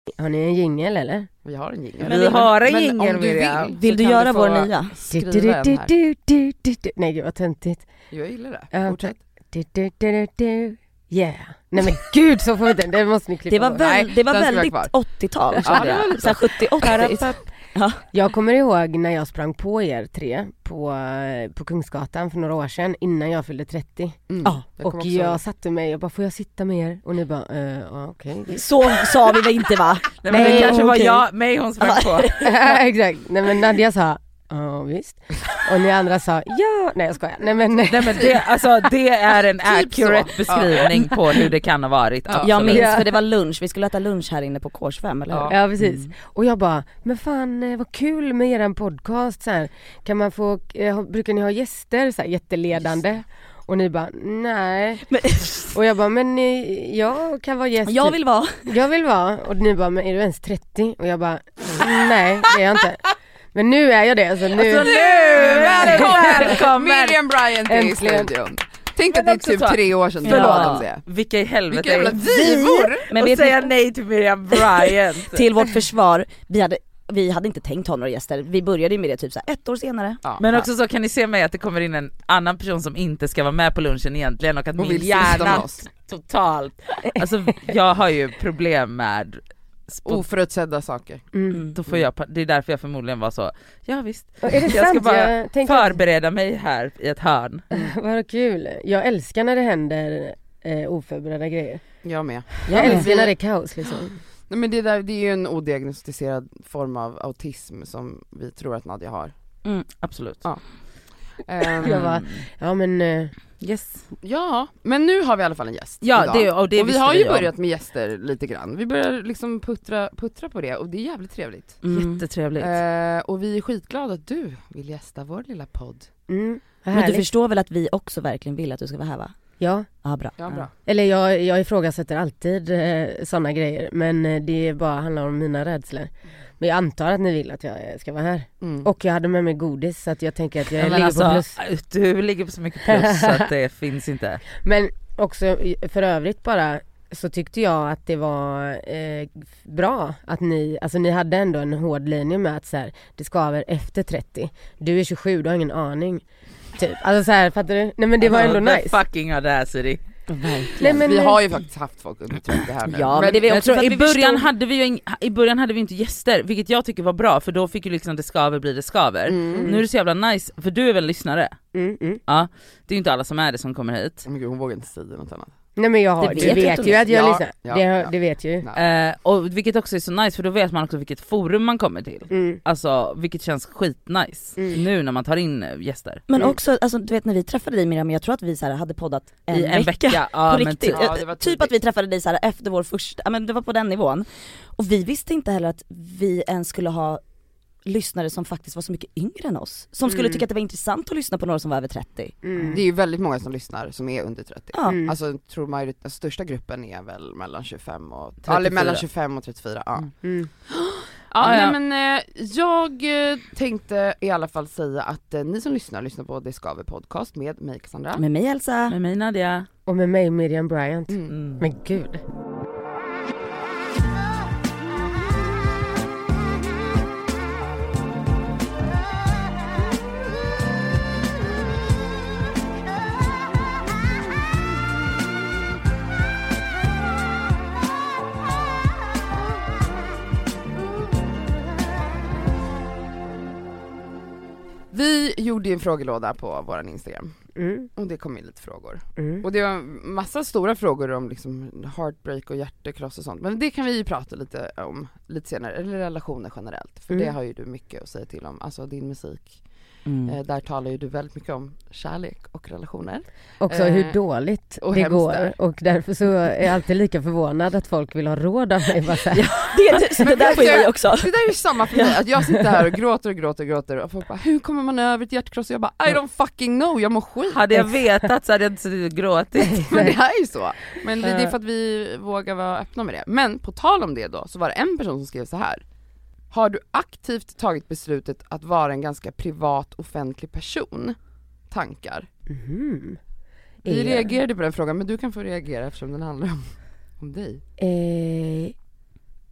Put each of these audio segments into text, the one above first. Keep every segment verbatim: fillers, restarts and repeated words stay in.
Har ni en jingle eller? Vi har en jingle. Men vi har en men jingle, om du Miriam. vill, Vill du kan göra få vår nya? skriva en här. Du, du, du, du. Nej gud vad töntigt. Jag gillar det. Ja, Fortsätt. Du, du, du, du, du. Yeah. Nej men gud så får vi den. Det måste ni klippa Det var, bort. väl, Nej, det var den ska väldigt vara kvar. åttiotal. Ja, kände det var jag. lite Så här sjuttio åttio. Ja. Jag kommer ihåg när jag sprang på er tre på, på Kungsgatan för några år sedan innan jag fyllde trettio. Mm. Ja, Jag kommer Och också jag ihåg. satte mig och bara, får jag sitta med er? Och ni bara, eh, ja okej. Okay. Så sa vi väl inte va? Nej, men Nej, det kanske okej. var jag, mig hon sprang på. Exakt. Nej men Nadia sa, ja visst. Och ni andra sa, ja. Nej jag skojar. Nej men, Nej men det, alltså, det är en accurate så. beskrivning på hur det kan ha varit. Ja. Jag minns Ja. för det var lunch, vi skulle äta lunch här inne på Kors fem, eller hur? Ja. Ja precis. Och jag bara, men fan eh, vad kul med eran podcast så här. Kan man få, eh, ha- brukar ni ha gäster så här, jätteledande? Och ni bara, nej. Men, Och jag bara, men ni, jag kan vara gäst. jag vill vara. Jag vill vara. Och ni bara, men är du ens trettio? Och jag bara, nej det är jag inte. Men nu är jag det. Alltså, nu. Alltså, nu! Välkommen! Välkommen! Miriam Bryant i Äntligen. studion. Tänk att Men det är typ också så- tre år sedan du Förlåt. pratade om det. Vilka i helvete Vilka jävla är divor! Men och vet säga ni, nej till Miriam Bryant. till vårt försvar, vi hade, vi hade inte tänkt ha några gäster. Vi började ju med det typ så här ett år senare. Ja. Men också så kan ni se mig att det kommer in en annan person som inte ska vara med på lunchen egentligen och att Och min vill sista med hjärna oss. totalt, alltså jag har ju problem med spont- Oförutsedda saker. Mm. då får jag, pa- det är därför jag förmodligen var så, ja visst, Och är det jag ska sant? bara Jag tänker att- förbereda mig här i ett hörn. Vad kul. Jag älskar när det händer eh, oförberedda grejer. Jag med. Jag men älskar vi- när det är kaos liksom. Nej, men det, där, det är ju en odiagnostiserad form av autism som vi tror att Nadia har. Mm, absolut. Ja. Ehm, Jag bara, ja men eh, Yes. ja, men nu har vi i alla fall en gäst Ja, idag. det, och det och vi visste har ju om. börjat med gäster lite grann. Vi börjar liksom puttra, puttra på det och det är jävligt trevligt. Mm. Jättetrevligt. Eh, och vi är skitglada att du vill gästa vår lilla podd. mm, vad Men du härligt. förstår väl att vi också verkligen vill att du ska vara här va? Ja, Ja, bra. Ja, bra. eller jag, jag ifrågasätter alltid eh, sådana grejer. Men eh, det bara handlar om mina rädslor. Men jag antar att ni vill att jag eh, ska vara här. Mm. Och jag hade med mig godis så att jag tänker att jag Ja, men ligger alltså, på plus. du ligger på så mycket plus så att det finns inte. Men också i- för övrigt bara så tyckte jag att det var eh, bra att ni, alltså ni hade ändå en hård linje med att så här, det skaver efter trettio. Du är tjugosju, du har ingen aning. Typ. Alltså så här, fattar du? Nej men det var ändå The nice. fucking audacity. Nej, men, vi har ju faktiskt haft folk under trettio här nu. Ja, men det är Jag också tror, för att i, vi början förstod- hade vi ju ing, I början hade vi inte gäster, vilket jag tycker var bra, för då fick ju liksom det skaver bli det skaver. Mm. Nu är det så jävla nice, för du är väl lyssnare? Mm, mm. Ja, det är ju inte alla som är det som kommer hit. Men gud, hon vågar inte säga något annat. Nej men jag har, Det det vet vet, inte ju hon. att jag Ja, lyssnar. ja, det, ja. det vet ju. Nej. Eh, och vilket också är så nice, för då vet man också vilket forum man kommer till. Mm. Alltså vilket känns skitnice Mm. nu när man tar in eh, gäster. Men Mm. också, alltså, du vet när vi träffade dig Miriam, jag tror att vi så här, hade poddat en, I en vecka. vecka. Ja, På men riktigt. typ. Ja, det var typ tidigt. att vi träffade dig så här, efter vår första, ja, men det var på den nivån. Och vi visste inte heller att vi ens skulle ha lyssnare som faktiskt var så mycket yngre än oss. Som skulle Mm. tycka att det var intressant att lyssna på några som var över trettio. Mm. Det är ju väldigt många som lyssnar som är under trettio. Ja. Mm. Alltså jag tror majorit- alltså, största gruppen är väl mellan tjugofem och trettiofyra. eller mellan tjugofem och trettiofyra. Ja. Mm. Mm. Ja, Ah, ja. nej, men eh, jag eh, tänkte i alla fall säga att eh, ni som lyssnar lyssnar på Det Skaver podcast med mig Cassandra. Med mig Elsa. Med mig Nadia. Och med mig Miriam Bryant. Mm. Mm. Men gud. Vi gjorde ju en frågelåda på våran Instagram Mm. och det kom in lite frågor. Mm. Och det var massa stora frågor om liksom heartbreak och hjärtekross och sånt. Men det kan vi ju prata lite om lite senare, eller relationer generellt. För Mm. det har ju du mycket att säga till om, alltså din musik. Mm. Eh, där talar ju du väldigt mycket om kärlek och relationer. Också Eh, hur dåligt och det hemskt går. där. Och därför så är jag alltid lika förvånad att folk vill ha råd av mig. Bara så här. Det, det, så det där får ju vi också. Det där är ju samma för mig, att jag sitter här och gråter och gråter och gråter och folk bara, hur kommer man över ett hjärtkross? Och jag bara, I don't fucking know, jag mår skit. Hade jag vetat så hade jag inte suttit och gråtit. Men det här är ju så. Men det är för att vi vågar vara öppna med det. Men på tal om det då, så var det en person som skrev så här: har du aktivt tagit beslutet att vara en ganska privat, offentlig person? Tankar. Mhm. Vi Eh, reagerade på den frågan, men du kan få reagera eftersom den handlar om, om dig. Eh,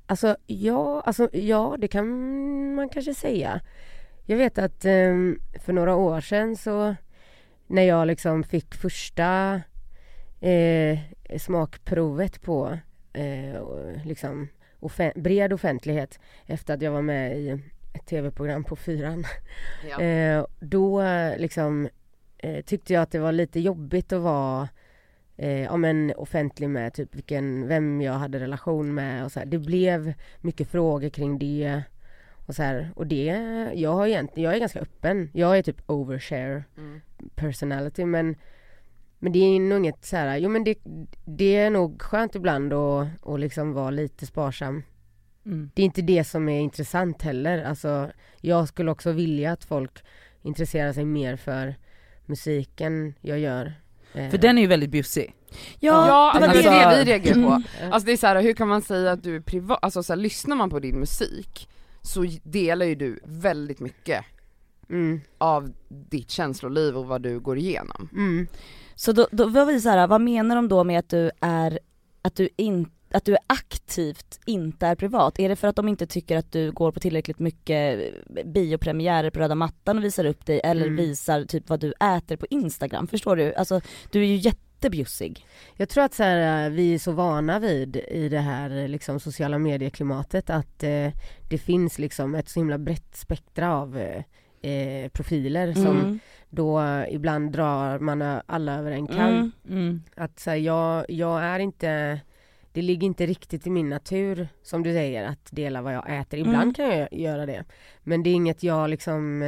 alltså ja, alltså ja, det kan man kanske säga. Jag vet att eh, för några år sedan så när jag liksom fick första eh, smakprovet på eh, liksom offen- bred offentlighet efter att jag var med i ett tv-program på fyran. Ja. Eh, då liksom eh, tyckte jag att det var lite jobbigt att vara eh, ja, men offentlig med typ vilken, vem jag hade relation med och så här. Det blev mycket frågor kring det och så här, och det jag har egentligen jag är ganska öppen. Jag är typ overshare mm. personality, men men det är nog inget så här, jo men det, det är nog skönt ibland att och liksom vara lite sparsam. Mm. Det är inte det som är intressant heller. Alltså, jag skulle också vilja att folk intresserar sig mer för musiken jag gör. För den är ju väldigt bjussig. Ja, ja det, var alltså, det, det vi reagerar på. Mm. Alltså det är så här, hur kan man säga att du är privat? Alltså så här, lyssnar man på din musik så delar ju du väldigt mycket mm. av ditt känsloliv och vad du går igenom. Mm. Så då, då var vi så här, vad menar de då med att du är att du inte att du är aktivt inte är privat? Är det för att de inte tycker att du går på tillräckligt mycket biopremiärer på röda mattan och visar upp dig eller mm. visar typ vad du äter på Instagram? Förstår du? Alltså du är ju jättebjussig. Jag tror att så här, vi är så vana vid i det här liksom, sociala medieklimatet att eh, det finns liksom ett så himla brett spektra av eh, profiler som mm. då ibland drar man alla över en kam. Mm. Mm. Att så här, jag, jag är inte... Det ligger inte riktigt i min natur, som du säger, att dela vad jag äter. Ibland mm. kan jag göra det. Men det är inget jag liksom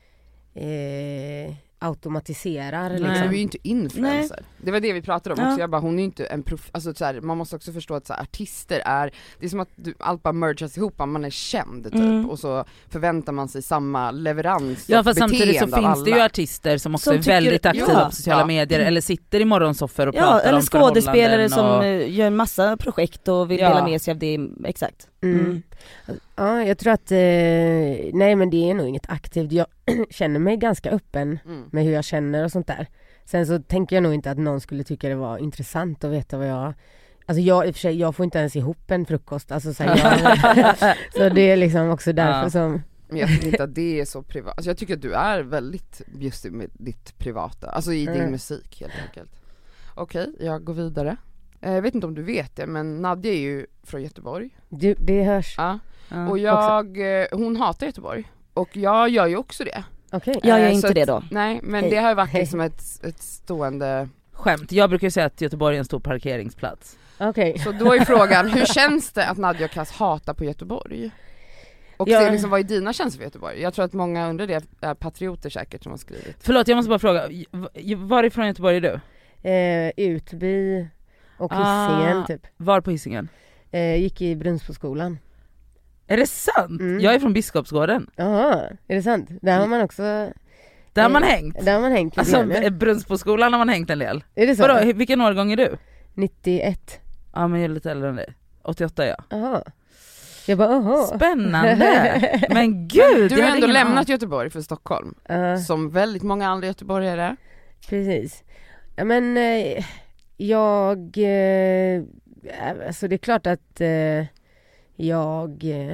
eh, automatiserar. Nej. Liksom. Du är ju inte influencer. Nej. Det var det vi pratade om ja. också. Jag bara, hon är ju inte en prof... Alltså, så här, man måste också förstå att så här, artister är... Det är som att du, allt bara mergas ihop. Man är känd typ. Mm. Och så förväntar man sig samma leverans. Ja, fast samtidigt så finns alla. Det ju artister som också som är tycker, väldigt aktiva ja. på sociala ja. medier. Eller sitter i morgonsoffer och ja, pratar om förhållanden. Eller skådespelare som och... gör en massa projekt och vill ja. dela med sig av det. Exakt. Mm. Mm. Ja, jag tror att eh, nej men det är nog inget aktivt. Jag känner mig ganska öppen mm. med hur jag känner och sånt där. Sen så tänker jag nog inte att någon skulle tycka det var intressant att veta vad jag... Alltså jag i och för sig, jag får inte ens ihop en frukost. Alltså så, jag, så det är liksom också därför ja. som... Men jag tycker inte att det är så privat. Alltså jag tycker att du är väldigt bjussig med ditt privata. Alltså i din mm. musik helt enkelt. Okej, jag går vidare. Jag vet inte om du vet det, men Nadja är ju från Göteborg. Du, det hörs. Ja. Ja. Och jag, hon hatar Göteborg. Och jag gör ju också det. Okej. Okay. Jag gör inte att, det då. Nej, men Hej. det har ju varit liksom ett, ett stående skämt. Jag brukar ju säga att Göteborg är en stor parkeringsplats. Okej. Okay. Så då är frågan, hur känns det att Nadja och Cass hatar på Göteborg? Och ja. se liksom, vad är dina känslor för Göteborg? Jag tror att många undrar det, är patrioter säkert som har skrivit. Förlåt, jag måste bara fråga, varifrån Göteborg är du? Eh, Utby och Hisingen ah, typ. Var på Hisingen? Eh, gick i Brunnsboskolan. Är det sant? Mm. Jag är från Biskopsgården. Jaha, är det sant? Där har man också... Där har man hängt? Där har man hängt. Alltså Brunnsboskolan har man hängt en del. Är det så? Vadå, vilken årgång är du? nittioett. Ja, men jag är lite äldre än dig. åttioåtta, ja. Jaha. Jag bara, aha. Spännande. Men gud, du har ändå lämnat an... Göteborg för Stockholm. Uh. Som väldigt många andra göteborgare. Precis. Ja, men eh, jag... Eh, alltså det är klart att eh, jag... Eh,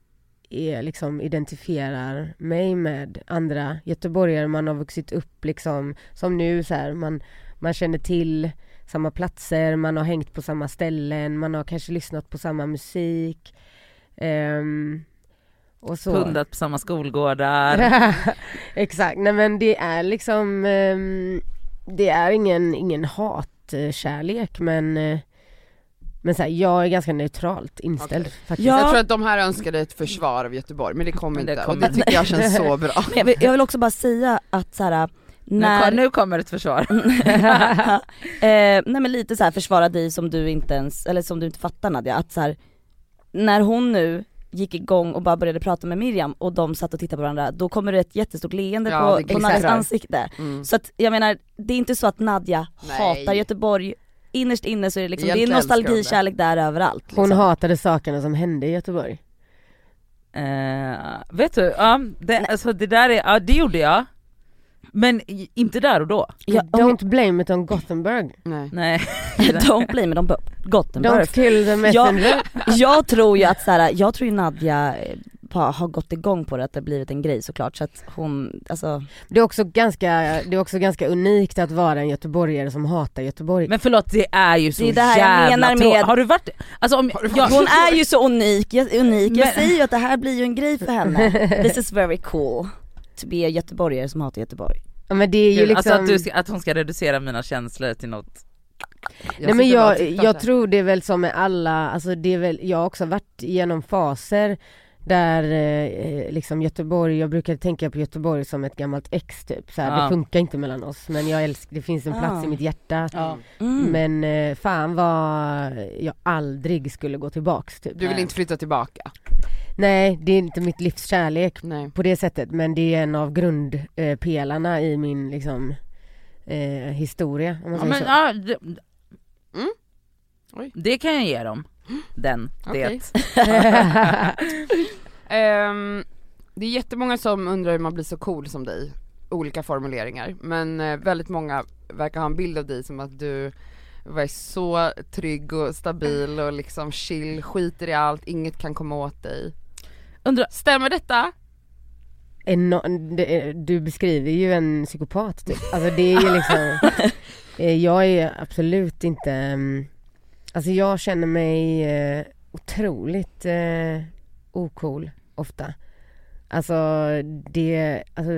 är liksom identifierar mig med andra göteborgare. Man har vuxit upp liksom som nu så här, man, man känner till samma platser, man har hängt på samma ställen, man har kanske lyssnat på samma musik um, och så. Pundat på samma skolgårdar. Exakt, nej men det är liksom um, det är ingen, ingen hatkärlek, men uh, Men så här, jag är ganska neutralt inställd. Okay. Ja. Jag tror att de här önskade ett försvar av Göteborg, men det kommer inte. Det kom och det tycker jag känns så bra. Jag vill, jag vill också bara säga att så här, när... nu, nu kommer ett försvar. eh, nej men lite så här, försvara dig som du inte ens, eller som du inte fattar, Nadja. Att så här, när hon nu gick igång och bara började prata med Miriam och de satt och tittade på varandra, då kommer det ett jättestort leende ja, på, på Nadjas ansikte. Mm. Så att jag menar, det är inte så att Nadja Nej. hatar Göteborg. Innerst inne så är det liksom, det är nostalgikärlek där överallt. Liksom. Hon hatade sakerna som hände i Göteborg. Uh, vet du, ja, det, alltså det där är, ja det gjorde jag. Men inte där och då. Ja, don't blame it on Gothenburg. Nej. Nej. Don't blame it on Gothenburg. Don't kill the messenger. Jag, jag tror ju att så här, jag tror ju Nadja har gått igång på det, att det har blivit en grej såklart, så att hon, alltså... Det är också ganska, det är också ganska unikt att vara en göteborgare som hatar Göteborg. Men förlåt, det är ju så det är det här jävla jag menar med... Har du varit alltså, om, du jag... Hon är ju så unik, jag, unik. Men... jag säger ju att det här blir ju en grej för henne. This is very cool to be a göteborgare som hatar Göteborg. Ja, men det är ju liksom... Alltså att, du ska, att hon ska reducera mina känslor till något. Jag Nej men jag, jag tror det är väl som med alla, alltså det är väl, jag har också varit genom faser där eh, liksom Göteborg, jag brukar tänka på Göteborg som ett gammalt ex typ, så här, ja. Det funkar inte mellan oss, men jag älskar, det finns en plats ja. i mitt hjärta. Ja. Mm. Men eh, fan vad jag aldrig skulle gå tillbaks typ. Du vill inte flytta tillbaka? Nej, det är inte mitt livs kärlek Nej. på det sättet, men det är en av grundpelarna eh, i min liksom eh, historia, om man ja, säger men, så. Ja, det, mm. Oj. Det kan jag ge dem. Den, okay. det. um, det är jättemånga som undrar hur man blir så cool som dig. Olika formuleringar. Men uh, väldigt många verkar ha en bild av dig som att du var så trygg och stabil och liksom chill, skiter i allt, inget kan komma åt dig. Undrar, stämmer detta? No, det, du beskriver ju en psykopat typ. Alltså det är ju liksom jag är absolut inte um, alltså jag känner mig eh, otroligt eh, ocool ofta. Alltså det, alltså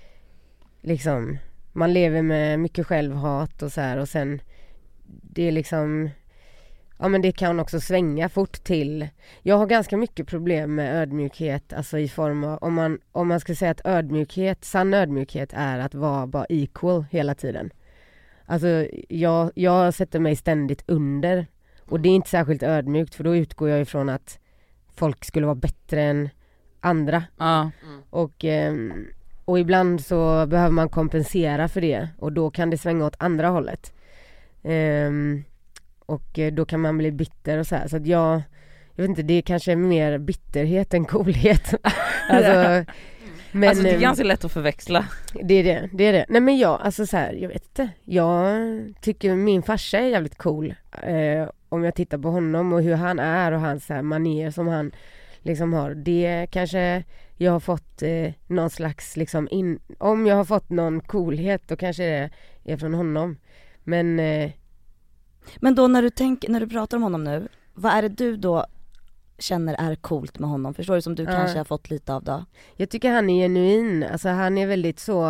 liksom man lever med mycket självhat och så här, och sen det är liksom, ja men det kan också svänga fort till. Jag har ganska mycket problem med ödmjukhet, alltså i form av, om man, om man ska säga att ödmjukhet, sann ödmjukhet är att vara bara equal hela tiden. Alltså jag, jag sätter mig ständigt under. Och det är inte särskilt ödmjukt, för då utgår jag ifrån att folk skulle vara bättre än andra. Ja. Mm. Och, och ibland så behöver man kompensera för det. Och då kan det svänga åt andra hållet. Um, och då kan man bli bitter och så här. Så att jag, jag vet inte, det är kanske mer bitterhet än coolhet. Alltså... Men, alltså det är ganska lätt att förväxla. Det är det, det är det. Nej men jag, alltså så här, jag vet inte. Jag tycker min farsa är jävligt cool. Eh, om jag tittar på honom och hur han är och hans så här manier som han liksom har. Det kanske jag har fått eh, någon slags liksom in, om jag har fått någon coolhet då kanske det är från honom. Men eh, Men då när du tänker, när du pratar om honom nu, vad är det du då känner är coolt med honom? Förstår du, som du ja. kanske har fått lite av då? Jag tycker han är genuin. Alltså han är väldigt så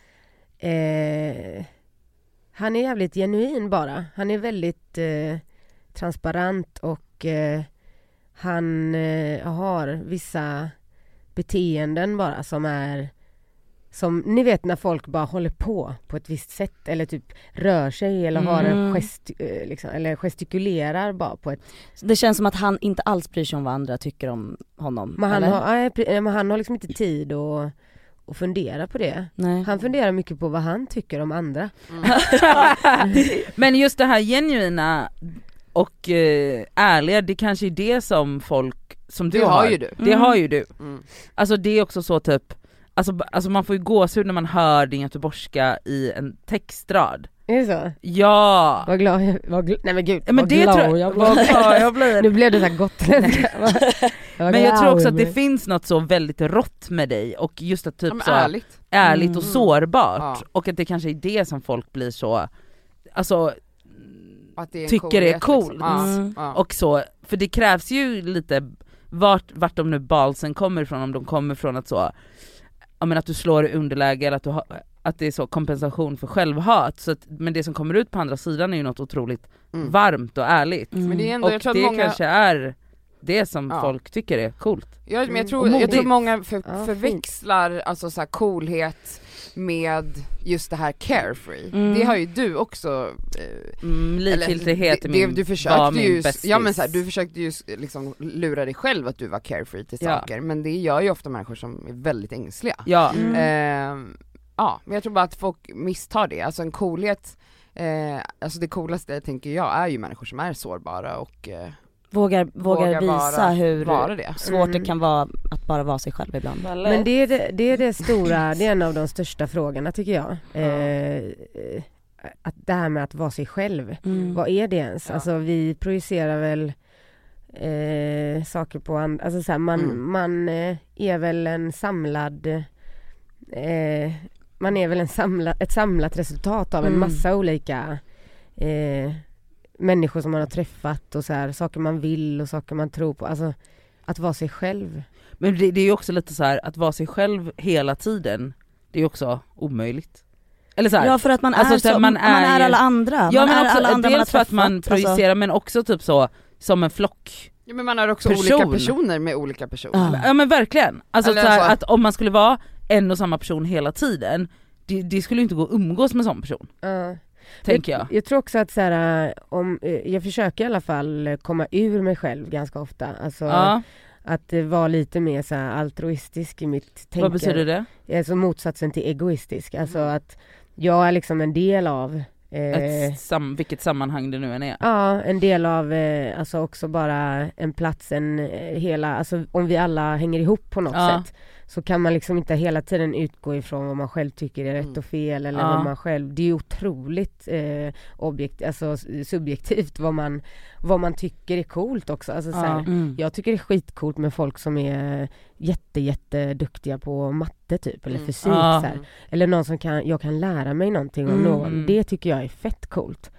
eh, han är jävligt genuin bara. Han är väldigt eh, transparent och eh, han eh, har vissa beteenden bara som är som ni vet när folk bara håller på på ett visst sätt eller typ rör sig eller mm. har en gest, liksom, eller gestikulerar bara på ett... Det känns som att han inte alls bryr sig om vad andra tycker om honom. Men han, eller? har, nej, men han har liksom inte tid att, att fundera på det. Nej. Han funderar mycket på vad han tycker om andra. Mm. Men just det här genuina och eh, ärliga, det kanske är det som folk som du det har. har ju du. Det mm. har ju du. Mm. Alltså det är också så typ Alltså, alltså man får ju gåshud när man hör din göteborgska i en textrad. Är det så? Ja. Vad glad jag var. Gl- Nej men gud, ja, men vad det glad tror, jag vad glad jag blir. Nu blev det så här gotländska. Men jag tror också att det finns något så väldigt rått med dig och just att typ ja, så ärligt, ärligt och mm. sårbart ja. och att det kanske är det som folk blir så alltså att det är tycker coolhet, det är coolt liksom. mm. ja. och så, för det krävs ju lite vart, vart de nu balsen kommer ifrån, om de kommer från att så ja, men att du slår i underläge eller att, du ha, att det är så kompensation för självhat. Så att, men det som kommer ut på andra sidan är ju något otroligt mm. varmt och ärligt. Mm. Men det är ändå, och jag tror det att många... kanske är det som ja. folk tycker är coolt. Ja, men jag tror, mm. jag tror många för, ja, förväxlar alltså, så här, coolhet med just det här carefree. Mm. Det har ju du också eh, mm, likgiltighet det, i min, det, du försökte ju, bästis. ja men så här, du försökte ju liksom lura dig själv att du var carefree till ja. saker, men det gör ju ofta människor som är väldigt ängsliga. Ja. Mm. Eh, ja, men jag tror bara att folk misstar det. Alltså en coolhet, eh, alltså det coolaste tänker jag är ju människor som är sårbara och eh, Vågar, vågar Våga visa vara, hur vara det. svårt Mm. det kan vara att bara vara sig själv ibland. Men det är det, det är det stora, det är en av de största frågorna tycker jag. Ja. Eh, att det här med att vara sig själv. Mm. Vad är det ens? Ja. Alltså vi projicerar väl eh, saker på andra. Alltså så här, man, Mm. man eh, är väl en samlad eh, man är väl en samla, ett samlat resultat av en Mm. massa olika eh, människor som man har träffat och så här, saker man vill och saker man tror på. Alltså att vara sig själv. Men det, det är ju också lite så här att vara sig själv hela tiden. Det är ju också omöjligt. Eller så här, Ja, för att man är, alltså, så, man man är är ju- alla andra. ja, man men är också, alla andra man har dels för att man träffat, projicerar men också typ så som en flock. Ja, men man har också Person. olika personer med olika personer. Ja. Ja men verkligen. Alltså, Eller så här, så- att om man skulle vara en och samma person hela tiden, det, det skulle ju inte gå att umgås med en sån person. Ja. Tänker jag. Jag tror också att så här, om, eh, jag försöker i alla fall komma ur mig själv ganska ofta. Alltså Ja. att eh, vara lite mer så här altruistisk i mitt tänker. Vad betyder det? Alltså motsatsen till egoistisk. Alltså att jag är liksom en del av eh, Ett sam, vilket sammanhang det nu än är. ja, en del av eh, alltså också bara en plats, en eh, hela, alltså om vi alla hänger ihop på något Ja. sätt så kan man liksom inte hela tiden utgå ifrån vad man själv tycker är rätt Mm. och fel eller Ja. vad man själv, det är ju otroligt eh, objekt, alltså subjektivt vad man, vad man tycker är coolt också. Alltså, så här, Ja. Mm. jag tycker det är skitcoolt med folk som är jätte jätte duktiga på matte typ eller Mm. fysik Ja. så här. Eller någon som kan, jag kan lära mig någonting av Mm. någon. Det tycker jag är fett coolt.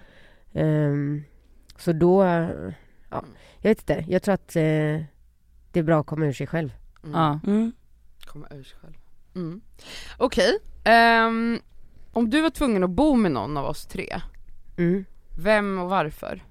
Ehm, så då, ja, jag vet inte. Jag tror att eh, det är bra att komma ur sig själv. Mm. Ja. Mm. Komma ur sig själv. Mm. Okej, ehm, om du var tvungen att bo med någon av oss tre, Mm. vem och varför?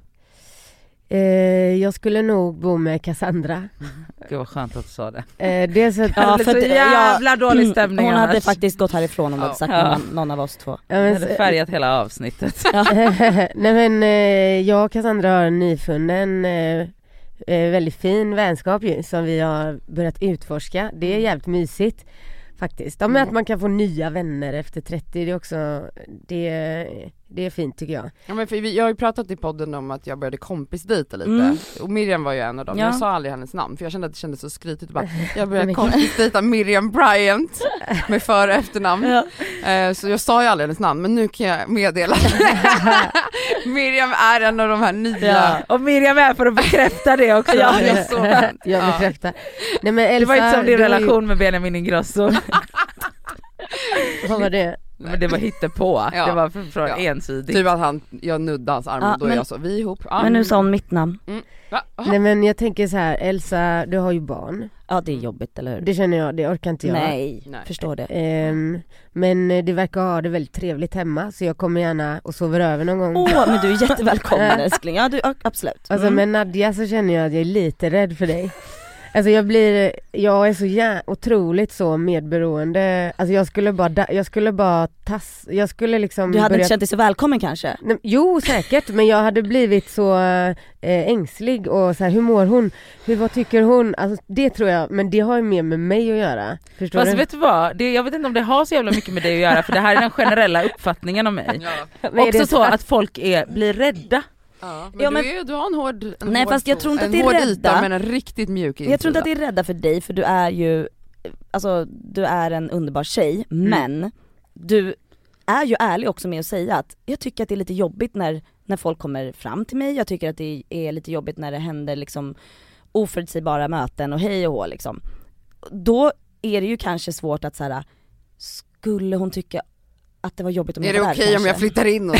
Eh, jag skulle nog bo med Cassandra. Gud vad skönt att du sa det. Eh, dels att, Ja, det för blir så det- jävla dålig Mm, stämning Hon hade annars. faktiskt gått härifrån om du Ja. hade sagt Ja. någon, någon av oss två. ja, Jag men, hade färgat hela avsnittet. Nej men eh, jag och Cassandra har en nyfunnen eh, eh, väldigt fin vänskap ju, som vi har börjat utforska. Det är jävligt mysigt faktiskt. Ja, men Mm. att man kan få nya vänner efter trettio, det är också det, det är fint tycker jag. Ja, men för vi, jag har ju pratat i podden om att jag började kompisdejta lite, Mm. och Miriam var ju en av dem. Ja. Jag sa aldrig hennes namn för jag kände att det kändes så skrytigt. Bara, jag Men- började kompisdejta Miriam Bryant med för- och efternamn. Ja. Eh, så jag sa ju aldrig hennes namn, men nu kan jag meddela. Miriam är en av de här nya. Ja. Och Miriam är för att bekräfta det också. Ja, det är så skönt. Jag Ja. bekräftar. Nej men Elsa, Det var inte som din du har ju- relation med Benjamin Ingrosso. Vad var det? Men det var hittepå. Ja. Det var för, från Ja. ensidigt. Typ att han, jag nuddade hans arm Ja, och då är men- jag så, vi är ihop. Ja. Men nu sa hon mitt namn. Va? Aha. Nej men jag tänker så här, Elsa, du har ju barn. Ja, det är jobbigt, eller hur? Det känner jag, det orkar inte jag. Nej, Nej. förstår det. Ehm, men eh, du verkar ha det väldigt trevligt hemma, så jag kommer gärna och sover över någon gång. Åh, men du är jättevälkommen älskling. Ja, du, ja, absolut. Alltså Mm. med Nadja så känner jag att jag är lite rädd för dig. Alltså jag blir, jag är så jä- otroligt så medberoende. Alltså jag skulle bara, da- jag skulle bara tass, jag skulle liksom Du hade börja... inte känt dig så välkommen kanske? Nej, jo säkert, men jag hade blivit så eh, ängslig och så här, hur mår hon? Hur, vad tycker hon? Alltså det tror jag, men det har ju mer med mig att göra. Förstår Fast du? vet du vad, det, jag vet inte om det har så jävla mycket med det att göra, för det här är den generella uppfattningen om mig. Ja. Men är Också det så att folk är, blir rädda. Ja, men, Ja, men- Du, är, du har en hård en Nej, hård fast jag ton. tror inte en att det är hård rädda. yta men en riktigt mjuk insida. Jag tror inte att det är rädda för dig, för du är ju, alltså du är en underbar tjej, men du är ju ärlig också med att säga att jag tycker att det är lite jobbigt när, när folk kommer fram till mig, jag tycker att det är lite jobbigt när det händer liksom oförutsägbara möten och hej och hå liksom. Då är det ju kanske svårt att så här, skulle hon tycka att det var jobbigt om Är jag det var okej där om kanske? jag flyttar in och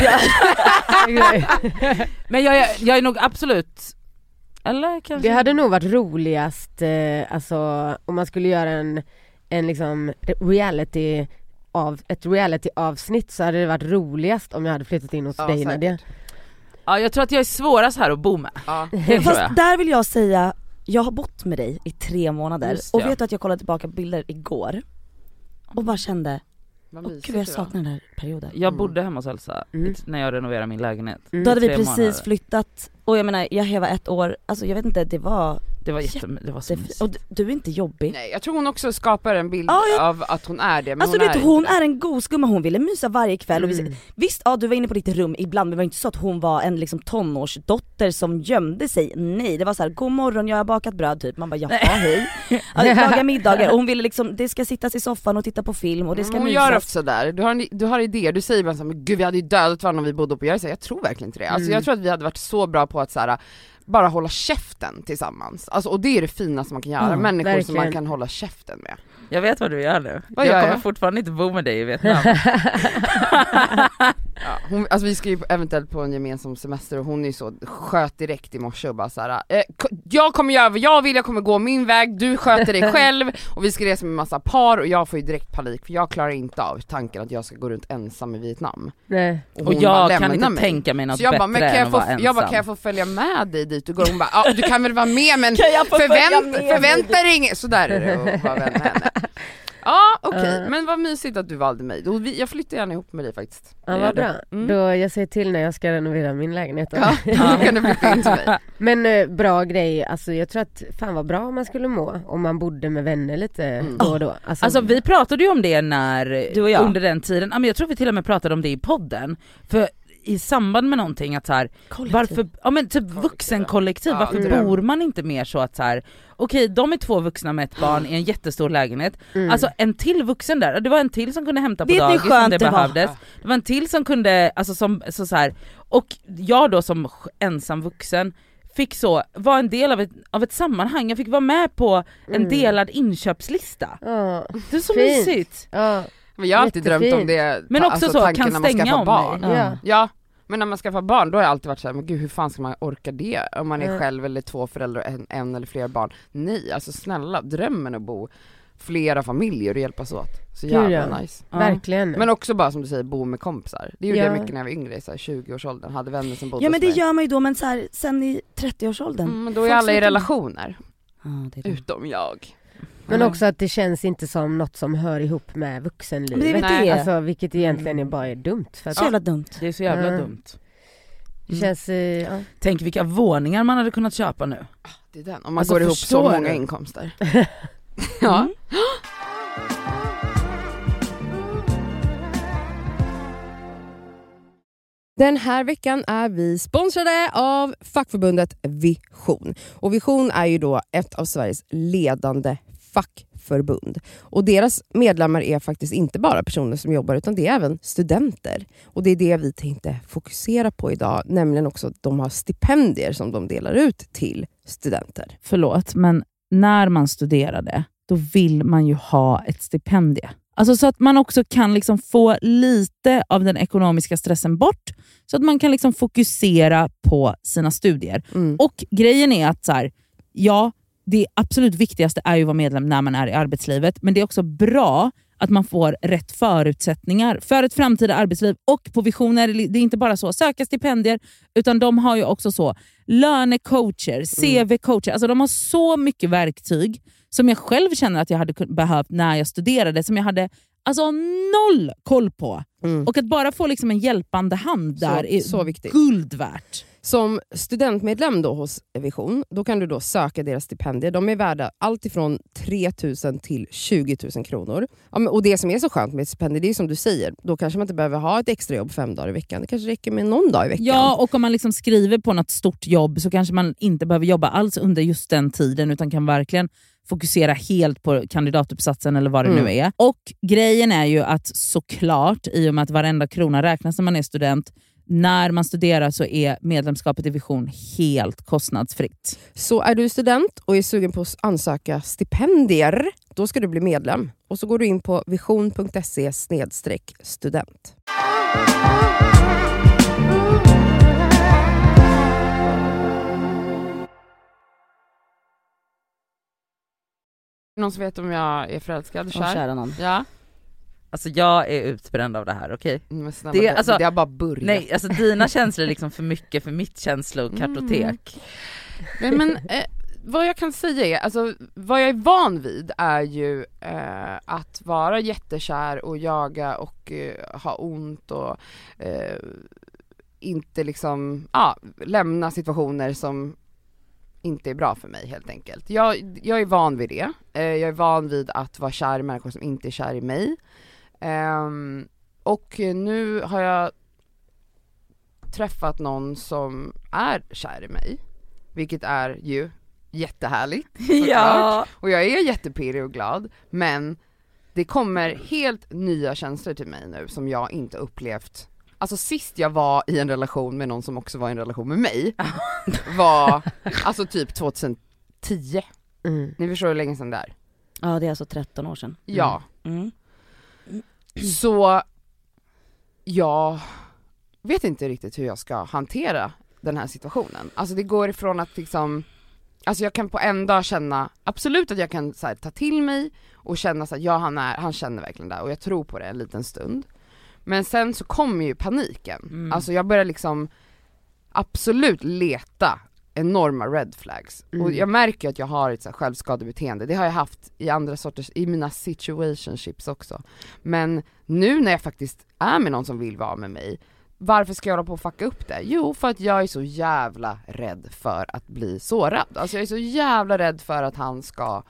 Men jag, är- jag är nog absolut, eller kanske? Det hade nog varit roligast, eh, alltså om man skulle göra en, en liksom reality av, ett reality avsnitt, så hade det varit roligast om jag hade flyttat in hos Ja, dig säkert. Nadia. Ja, jag tror att jag är svårast här att bo med. Ja. Det tror jag. Fast där vill jag säga, jag har bott med dig i tre månader Just och ja. vet du att jag kollade tillbaka på bilder igår och bara kände, Vad åh mysigt gud jag det var. saknar den här perioden. Jag Mm. bodde hemma hos Elsa Mm. när jag renoverade min lägenhet. Mm. Då hade vi Tre precis månader. flyttat och jag menar, jag var ett år, alltså jag vet inte, det var Det var jätte, det var så Jättefint. Och du, du är inte jobbig. Nej, jag tror hon också skapar en bild Ja, jag- av att hon är det, men Alltså hon du vet, är hon inte det. är en god skumma, hon ville mysa varje kväll och vi, Mm. visst, ja du var inne på ditt rum ibland, men det var inte så att hon var en liksom tonårsdotter som gömde sig. Nej, det var så här: god morgon, jag har bakat bröd typ. Man bara jaha, hej. Ja, laga middagar, och hon ville liksom, det ska sittas i soffan och titta på film och det ska hon mysas. gör ofta sådär, du har, en, du har idéer, du säger bara såhär, men gud vi hade ju dödat varandra om vi bodde på. Jag säger, jag tror verkligen inte det. Alltså Mm. jag tror att vi hade varit så bra på att såhär, bara hålla käften tillsammans. Alltså, och det är det finaste man kan göra, Ja, människor som verkligen. man kan hålla käften med. Jag vet vad du gör nu. Vad jag gör kommer jag? fortfarande inte bo med dig i Vietnam. Ja, hon, alltså vi ska ju eventuellt på en gemensam semester och hon är ju så, sköt direkt i morse och bara såhär, eh, k- jag kommer göra vad jag vill, jag kommer gå min väg, du sköter dig själv, och vi ska resa med massa par och jag får ju direkt panik för jag klarar inte av tanken att jag ska gå runt ensam i Vietnam. Nej. Och hon bara jag kan lämnar inte mig. tänka mig något Så jag bara, bättre men kan än jag, att få, vara ensam. jag bara, kan jag få följa med dig dit? Och går hon bara, ja du kan väl vara med men Kan jag få följa förvänt, med förvänta dig inget. Så där är det att vara vän med henne. Ja okej, okay. Uh. Men vad mysigt att du valde mig. Då vi, jag flyttar gärna ihop med dig faktiskt. Ja, Jag vad gör bra. det. Mm. Då jag säger till när jag ska renovera min lägenhet. Ja, då kan du flytta in till mig. Men eh, bra grej, alltså jag tror att fan vad bra om man skulle må om man bodde med vänner lite Mm. då och då. Alltså, Alltså vi pratade ju om det när, Du och jag. under den tiden, ja, men jag tror vi till och med pratade om det i podden. För i samband med någonting att så här, varför, ja men typ vuxenkollektiv, Ja, varför mm. bor man inte mer så att så här, okej de är två vuxna med ett barn i en jättestor lägenhet, mm. alltså en till vuxen där, det var en till som kunde hämta på Vet ni hur dagis om skönt det det var? behövdes, det var en till som kunde, alltså som, så, så här, och jag då som ensam vuxen fick så, var en del av ett, av ett sammanhang, jag fick vara med på en Mm. delad inköpslista. Ja, Det är så Fint. mysigt. ja, Men jag har alltid drömt Jättefint. om det. Men också så, tanken kan när man stänga skaffar om barn. mig. ja. Ja, men när man skaffar barn då har jag alltid varit så här, men gud hur fan ska man orka det? Om man är Mm. själv eller två föräldrar, en, en eller fler barn. Nej, alltså snälla, drömmen att bo flera familjer och hjälpas åt. Så Gud, jävla ja. nice. Ja. Verkligen. Men också bara som du säger, bo med kompisar. Det gjorde Ja. jag mycket när jag var yngre, så här tjugo-årsåldern, hade vänner som bodde Ja men hos det mig. gör man ju då, men så här, sen i trettioårsåldern. Mm, men då är Folk alla i slutar- relationer, Ja, det är det. utom jag. Men Ja. också att det känns inte som något som hör ihop med vuxenlivet. Men det är väl Nej, det. Alltså, vilket egentligen är bara är dumt. För att Så jävla dumt. Det är så jävla Ja. dumt. det känns, eh, ja. Tänk vilka våningar man hade kunnat köpa nu. Det är den, om man Alltså, går ihop så förstår många du? inkomster. Ja. Mm. Den här veckan är vi sponsrade av fackförbundet Vision. Och Vision är ju då ett av Sveriges ledande fackförbund. Och deras medlemmar är faktiskt inte bara personer som jobbar, utan det är även studenter. Och det är det vi tänkte fokusera på idag, nämligen också att de har stipendier som de delar ut till studenter. Förlåt, men när man studerade, då vill man ju ha ett stipendie. Alltså så att man också kan liksom få lite av den ekonomiska stressen bort, så att man kan liksom fokusera på sina studier. Mm. Och grejen är att så här, ja, det absolut viktigaste är ju att vara medlem när man är i arbetslivet, men det är också bra att man får rätt förutsättningar för ett framtida arbetsliv. Och på Visioner, det är inte bara så söka stipendier, utan de har ju också så lönecoacher, C V-coacher, alltså de har så mycket verktyg som jag själv känner att jag hade kun- behövt när jag studerade, som jag hade alltså noll koll på. Mm. Och att bara få liksom en hjälpande hand Så- där är så viktigt. guld värt. Som studentmedlem då hos Vision, då kan du då söka deras stipendier. De är värda allt ifrån tre tusen till tjugo tusen kronor. Ja, men, och det som är så skönt med ett stipendium, det är som du säger, då kanske man inte behöver ha ett extra jobb fem dagar i veckan. Det kanske räcker med någon dag i veckan. Ja, och om man liksom skriver på något stort jobb så kanske man inte behöver jobba alls under just den tiden, utan kan verkligen fokusera helt på kandidatuppsatsen eller vad det Mm. nu är. Och grejen är ju att såklart, i och med att varenda krona räknas när man är student, när man studerar så är medlemskapet i Vision helt kostnadsfritt. Så är du student och är sugen på att ansöka stipendier, då ska du bli medlem. Och så går du in på vision punkt se snedstreck student. Någon som vet om jag är förälskad och Åh, kär? kära någon. Ja. Alltså jag är utbränd av det här, okej? Men snälla, Det- det, alltså- det har bara börjat. Nej, alltså dina känslor är liksom för mycket för mitt känslokartotek. Nej, men eh, vad jag kan säga är, alltså vad jag är van vid är ju eh, att vara jättekär och jaga och eh, ha ont och eh, inte liksom, ja, lämna situationer som inte är bra för mig helt enkelt. Jag, jag är van vid det. Eh, jag är van vid att vara kär i människor som inte är kär i mig. Eh, och nu har jag träffat någon som är kär i mig. Vilket är ju jättehärligt. Ja. Och jag är jättepirrig och glad. Men det kommer helt nya känslor till mig nu som jag inte upplevt. Alltså sist jag var i en relation med någon som också var i en relation med mig var alltså typ tjugohundratio. Mm. Ni förstår hur länge sedan det är. Ja, det är alltså tretton år sedan. Ja. Mm. Så jag vet inte riktigt hur jag ska hantera den här situationen. Alltså det går ifrån att liksom, alltså jag kan på en dag känna absolut att jag kan så här, ta till mig och känna så att ja, han är, han känner verkligen det och jag tror på det en liten stund. Men sen så kommer ju paniken. Mm. Alltså jag börjar liksom absolut leta enorma red flags. Mm. Och jag märker att jag har ett så här självskadebeteende. Det har jag haft i andra sorters, i mina situationships också. Men nu när jag faktiskt är med någon som vill vara med mig, varför ska jag hålla på och fucka upp det? Jo, för att jag är så jävla rädd för att bli sårad. Alltså jag är så jävla rädd för att han ska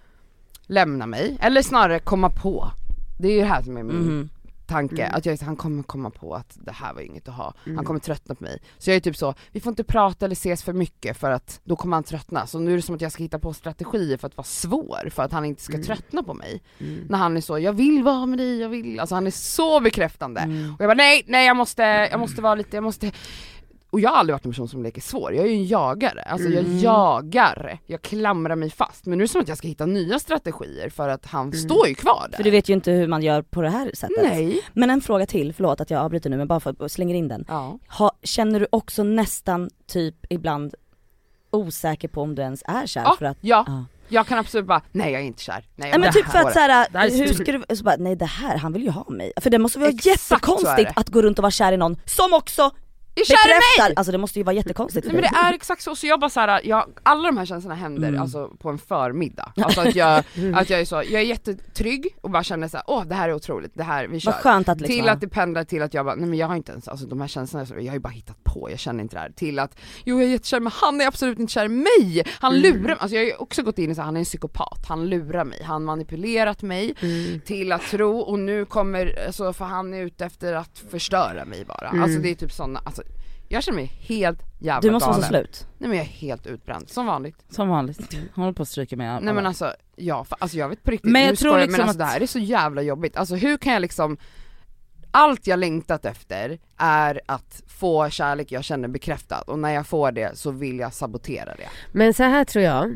lämna mig. Eller snarare komma på. Det är ju det här som är min Mm. tanke. Mm. Att jag, han kommer komma på att det här var inget att ha. Mm. Han kommer tröttna på mig. Så jag är typ så, vi får inte prata eller ses för mycket för att då kommer han tröttna. Så nu är det som att jag ska hitta på strategier för att vara svår. För att han inte ska Mm. tröttna på mig. Mm. När han är så, jag vill vara med dig, jag vill. Alltså han är så bekräftande. Mm. Och jag bara nej, nej jag måste, jag måste vara lite, jag måste. Och jag har aldrig varit en person som leker svår. Jag är ju en jagare. Alltså jag Mm. jagar. Jag klamrar mig fast. Men nu är det som att jag ska hitta nya strategier för att han Mm. står ju kvar där. För du vet ju inte hur man gör på det här sättet. Nej. Men en fråga till, förlåt att jag avbryter nu men bara för att slänga in den. Ja. Ha, känner du också nästan typ ibland osäker på om du ens är kär? Ja, för att, ja. ja. Jag kan absolut bara, nej jag är inte kär. Nej, Nej men det typ här för var att det. såhär, Det här är hur stort. ska du, så bara, nej det här, han vill ju ha mig. För det måste vara Exakt så är jättekonstigt det. att gå runt och vara kär i någon som också är kär i bekräftar, mig! alltså det måste ju vara jättekonstigt för Nej, men dig. det är exakt så, så jag bara såhär, jag, alla de här känslorna händer Mm. alltså på en förmiddag. Alltså att jag, att jag är så, jag är jättetrygg och bara känner såhär, åh det här är otroligt, det här, vi kör. Vad skönt att liksom, Till att det pendlar till att jag bara, nej men jag har inte ens, alltså de här känslorna, jag har ju bara hittat på, jag känner inte det här. Till att, jo jag är jättekär men han är absolut inte kär i mig, han Mm. lurar mig, alltså jag har ju också gått in i så här, han är en psykopat, han lurar mig, han manipulerat mig Mm. till att tro och nu kommer, alltså för han är ute efter att förstöra mig bara. Mm. Alltså det är typ såna, alltså jag känner mig helt jävla du måste vara galen. så slut. Nej men jag är helt utbränd, som vanligt. Som vanligt. Han håller på att stryka mig. Nej men alltså, ja, för, alltså jag vet på riktigt, Men jag nu tror skojar, liksom men alltså att- det här är så jävla jobbigt. Alltså hur kan jag liksom, allt jag längtat efter är att få kärlek jag känner bekräftad och när jag får det så vill jag sabotera det. Men så här tror jag,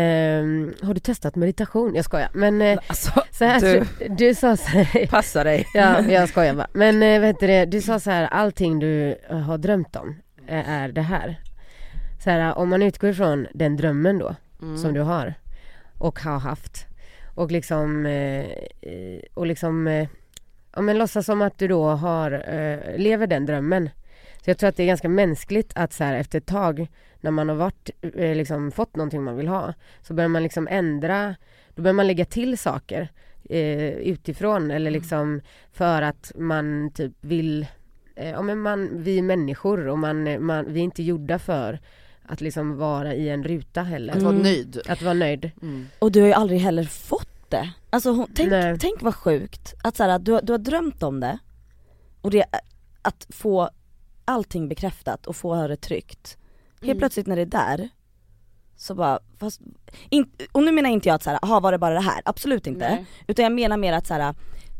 ehm, har du testat meditation? Jag skojar, men eh, Alltså, så här du, tror, du sa så här, passa dig. ja jag skojar bara, men eh, vad heter det, du sa så här, allting du eh, har drömt om eh, är det här. Så här, om man utgår ifrån den drömmen då Mm. som du har och har haft och liksom eh, eh, och liksom eh, ja men låtsas som att du då har eh, lever den drömmen. Så jag tror att det är ganska mänskligt att så här, efter ett tag när man har varit eh, liksom fått någonting man vill ha så börjar man liksom ändra, då börjar man lägga till saker eh, utifrån eller liksom för att man typ vill eh, ja men man, vi är människor och man, man, vi är inte gjorda för att liksom vara i en ruta heller. Att vara Mm. nöjd. Att vara nöjd. Mm. Och du har ju aldrig heller fått det. Alltså hon, tänk, Nej. tänk vad sjukt att så här, du, du har drömt om det och det att få allting bekräftat och få höra det tryggt. Helt Mm. plötsligt när det är där så bara, fast, in, och nu menar inte jag att så här, aha, var det bara det här? Absolut inte. Nej. Utan jag menar mer att så här,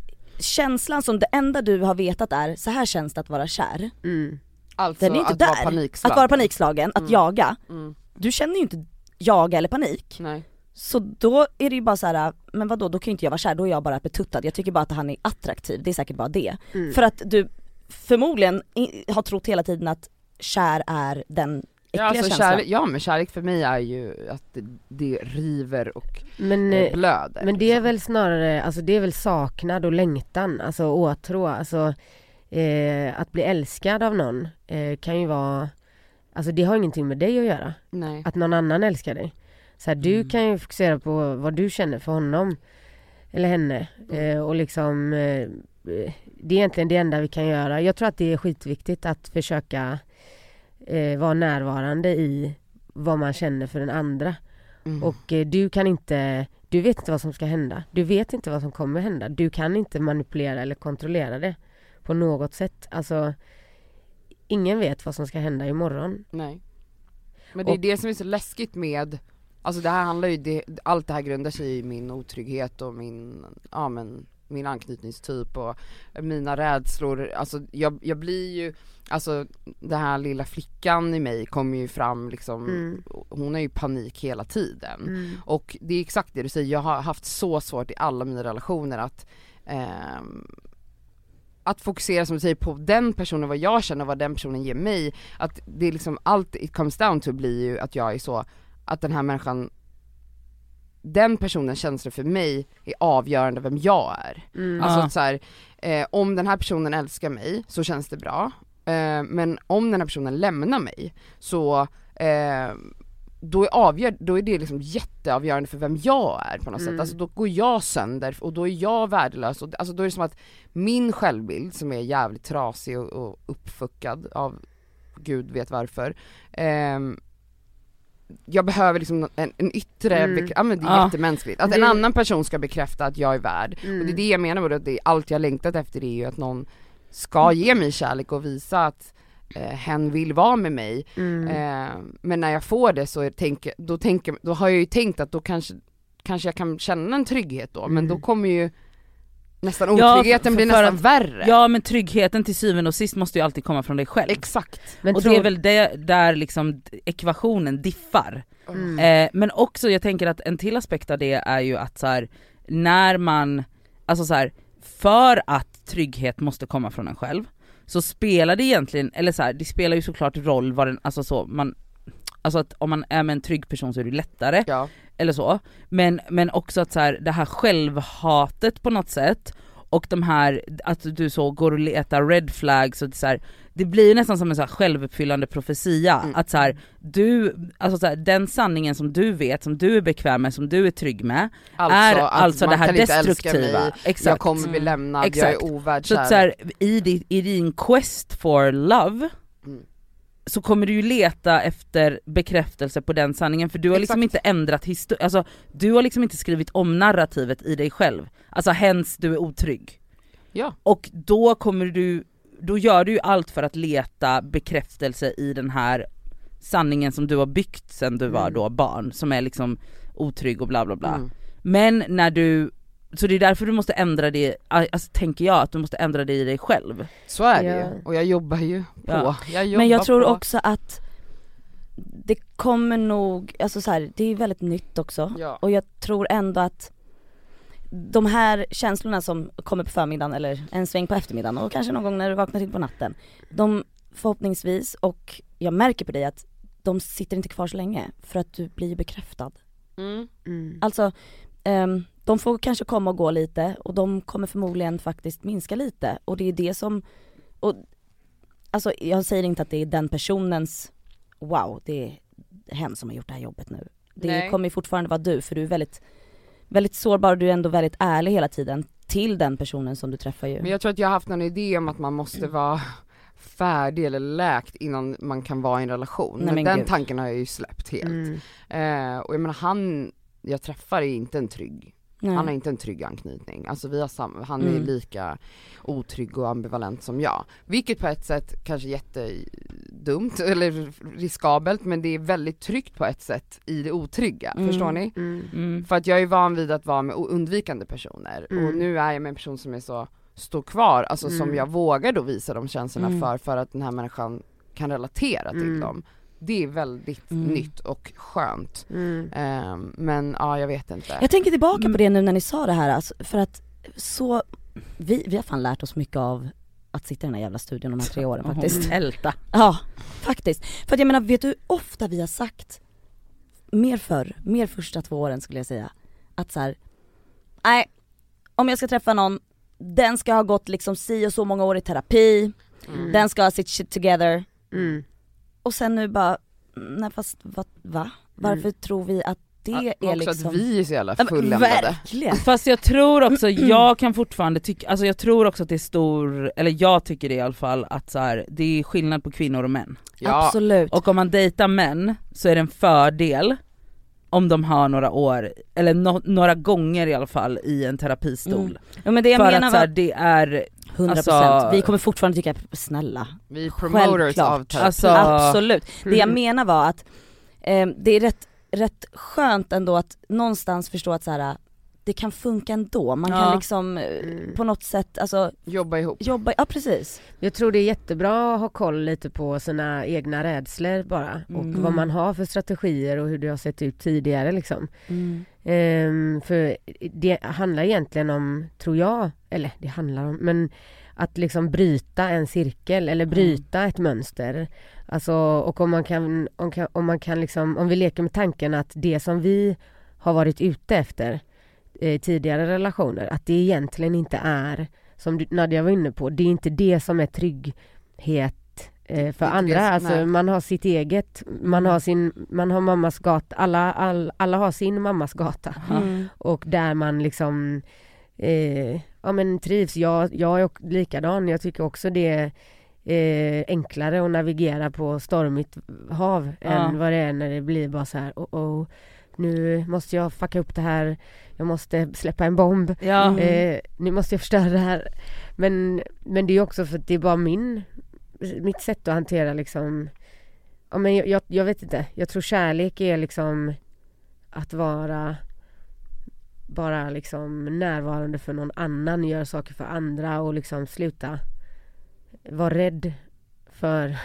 känslan som det enda du har vetat är, så här känns det att vara kär. Mm. Alltså Den är inte att vara där. panikslagen. Att vara panikslagen, att Mm. jaga. Mm. Du känner ju inte jaga eller panik. Nej. Så då är det ju bara så här, men vadå, då kan ju inte jag vara kär, då är jag bara betuttad. Jag tycker bara att han är attraktiv, det är säkert bara det. Mm. För att du förmodligen i, har trott hela tiden att kär är den äckliga Ja, alltså, känslan. kärlek, ja men kärlek för mig är ju att det, det river och Men, eh, eh, blöder. men det är väl snarare, alltså det är väl saknad och längtan, alltså åtrå, alltså eh, att bli älskad av någon eh, kan ju vara, alltså det har ingenting med dig att göra, Nej. att någon annan älskar dig. Så här, du Mm. kan ju fokusera på vad du känner för honom eller henne eh, och liksom eh, det är egentligen det enda vi kan göra. Jag tror att det är skitviktigt att försöka eh, vara närvarande i vad man känner för den andra. Mm. Och eh, du kan inte, du vet inte vad som ska hända. Du vet inte vad som kommer hända. Du kan inte manipulera eller kontrollera det på något sätt. Alltså, ingen vet vad som ska hända imorgon. Nej. Men det är Och- det som är så läskigt med, alltså det här handlar ju, det, allt det här grundar sig i min otrygghet och min, ja men, min anknytningstyp och mina rädslor. Alltså jag, jag blir ju, alltså den här lilla flickan i mig kommer ju fram liksom, Mm. hon har ju panik hela tiden. Mm. Och det är exakt det du säger, jag har haft så svårt i alla mina relationer att ehm, att fokusera som du säger på den personen, vad jag känner, vad den personen ger mig. Att det är liksom allt it comes down to blir ju att jag är så, att den här människan, den personens känslor för mig är avgörande vem jag är. Mm. Alltså Ja. att så här, eh, om den här personen älskar mig så känns det bra. Eh, men om den här personen lämnar mig så eh, då är, avgör, då är det liksom jätteavgörande för vem jag är på något Mm. sätt. Alltså då går jag sönder och då är jag värdelös. Och, alltså då är det som att min självbild som är jävligt trasig och, och uppfuckad av gud vet varför. ehm, jag behöver liksom en, en yttre, Mm. bekr- ja men det är Ja. jättemänskligt. Att Det- en annan person ska bekräfta att jag är värd. Mm. Och det är det jag menar med att det är allt jag längtat efter är ju att någon ska ge mig kärlek och visa att eh, hen vill vara med mig. Mm. Eh, men när jag får det så är, tänk, då, tänker, då har jag ju tänkt att då kanske, kanske jag kan känna en trygghet då. Men Mm. då kommer ju nästan Ja, otryggheten för- blir för nästan att- värre. Ja men tryggheten till syvende och sist måste ju alltid komma från dig själv. Exakt. Men och tror- det är väl det, där liksom ekvationen diffar. Mm. Eh, men också jag tänker att en till aspekt av det är ju att så här, när man, alltså så här, för att trygghet måste komma från en själv så spelar det egentligen, eller så här, det spelar ju såklart roll vad den, alltså så, man, alltså att om man är med en trygg person så är det lättare, Ja. eller så, men, men också att så här, det här självhatet på något sätt och de här, att du så går och letar red flags och så här, det blir ju nästan som en så här självuppfyllande profetia. Mm. Att så här, du, alltså så här, den sanningen som du vet, som du är bekväm med, som du är trygg med, Alltså, är att alltså man det här kan inte älska destruktiva. mig, Exakt. jag kommer bli lämnad, Exakt. jag är ovärd Så att så kärlek. här, i, di, i din quest for love Mm. så kommer du ju leta efter bekräftelse på den sanningen, för du har liksom Exakt. inte ändrat historia, alltså du har liksom inte skrivit om narrativet i dig själv, alltså hens du är otrygg. Ja. Och då kommer du, då gör du ju allt för att leta bekräftelse i den här sanningen som du har byggt sen du var Mm. då barn, som är liksom otrygg och bla bla bla. Mm. Men när du, så det är därför du måste ändra det, alltså tänker jag, att du måste ändra det i dig själv. Så är det Ja. ju, och jag jobbar ju på. Ja. Jag jobbar Men jag tror på. också att det kommer nog, alltså så här, det är väldigt nytt också. Ja. Och jag tror ändå att de här känslorna som kommer på förmiddagen eller en sväng på eftermiddagen och kanske någon gång när du vaknar till på natten, de förhoppningsvis, och jag märker på dig att de sitter inte kvar så länge för att du blir bekräftad. Mm. Mm. Alltså ehm, de får kanske komma och gå lite och de kommer förmodligen faktiskt minska lite, och det är det som, och alltså jag säger inte att det är den personens, wow det är hen som har gjort det här jobbet nu. Det Nej. kommer ju fortfarande vara du, för du är väldigt, väldigt sårbar och du är ändå väldigt ärlig hela tiden till den personen som du träffar ju. Men jag tror att jag har haft någon idé om att man måste vara färdig eller läkt innan man kan vara i en relation. Nej, men men den gud. tanken har jag ju släppt helt. Mm. Eh, och jag menar han jag träffar är inte en trygg, Nej. han har inte en trygg anknytning. Alltså vi har sam- han är Mm. lika otrygg och ambivalent som jag. Vilket på ett sätt kanske jättedumt eller riskabelt, men det är väldigt tryggt på ett sätt i det otrygga, Mm. förstår ni? Mm. Mm. För att jag är van vid att vara med undvikande personer Mm. och nu är jag med en person som är så, står kvar, alltså som Mm. jag vågar då visa de känslorna Mm. för, för att den här människan kan relatera till Mm. dem. Det är väldigt Mm. nytt och skönt. Mm. Ehm, men ja, jag vet inte. Jag tänker tillbaka Mm. på det nu när ni sa det här, alltså, för att så, vi, vi har fan lärt oss mycket av att sitta i den här jävla studion de här tre åren faktiskt. Mm. Älta. Ja, faktiskt. För att jag menar, vet du hur ofta vi har sagt, mer förr, mer första två åren skulle jag säga, att så här, nej, om jag ska träffa någon, den ska ha gått liksom si och så många år i terapi, Mm. den ska ha sitt shit together, Mm. och sen nu bara, nej fast va? va? Varför Mm. tror vi att det Ja, är också liksom... att vi är så jävla Ja, men fulländade. verkligen. Fast jag tror också, jag kan fortfarande tycka, alltså jag tror också att det är stor, eller jag tycker det i alla fall, att så här, det är skillnad på kvinnor och män. Ja. Absolut. Och om man dejtar män så är det en fördel om de har några år, eller no, några gånger i alla fall i en terapistol. Mm. Ja, men det jag För menar att så här, var det är hundra procent. alltså- Vi kommer fortfarande tycka snälla. Vi är promoters Självklart. av terapi. Alltså- Absolut. Det jag menar var att eh, det är rätt, rätt skönt ändå att någonstans förstå att så här, det kan funka ändå. Man Ja. kan liksom eh, på något sätt alltså, Jobba ihop. jobba, ja precis. Jag tror det är jättebra att ha koll lite på sina egna rädslor bara. Och Mm. vad man har för strategier och hur det har sett ut tidigare liksom. Mm. Ehm, för det handlar egentligen om, tror jag, eller det handlar om, men att liksom bryta en cirkel eller bryta ett mönster. Alltså, och om man kan, om, kan, om man kan liksom, om vi leker med tanken att det som vi har varit ute efter eh, tidigare relationer, att det egentligen inte är, som du, Nadia var inne på, det är inte det som är trygghet eh, för Inte andra. det- Alltså nej. man har sitt eget, man har sin, man har mammas gata, alla, all, alla har sin mammas gata. Mm. Och där man liksom eh, ja men trivs. Jag, jag är också likadan. Jag tycker också det är eh, enklare att navigera på stormigt hav Ja. än vad det är när det blir bara så här, oh, oh, nu måste jag fucka upp det här. Jag måste släppa en bomb. ja. Mm. Eh, nu måste jag förstöra det här. Men, men det är också för att det är bara min mitt sätt att hantera liksom, ja men jag, jag, jag vet inte. Jag tror kärlek är liksom att vara bara liksom närvarande för någon annan, gör saker för andra och liksom sluta vara rädd för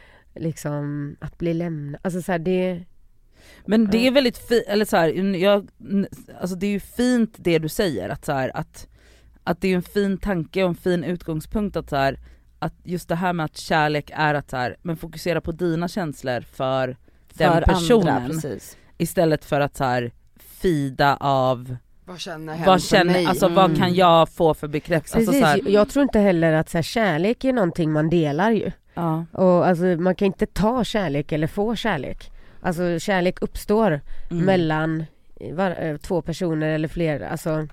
liksom att bli lämnad. Alltså så här, det Men det är väldigt fint, eller så här, jag, alltså det är ju fint det du säger, att så här, att, att det är en fin tanke och en fin utgångspunkt att så här, att just det här med att kärlek är att så här, men fokusera på dina känslor för, den För personen andra, precis. istället för att så här fida av Vad känner hen vad för känner, mig? alltså vad Mm. kan jag få för bekräftelse, alltså, precis, så här, jag tror inte heller att så här, kärlek är någonting man delar ju. ja. Och alltså man kan inte ta kärlek eller få kärlek. Alltså kärlek uppstår Mm. mellan var, eh, två personer eller fler. Alltså Mm.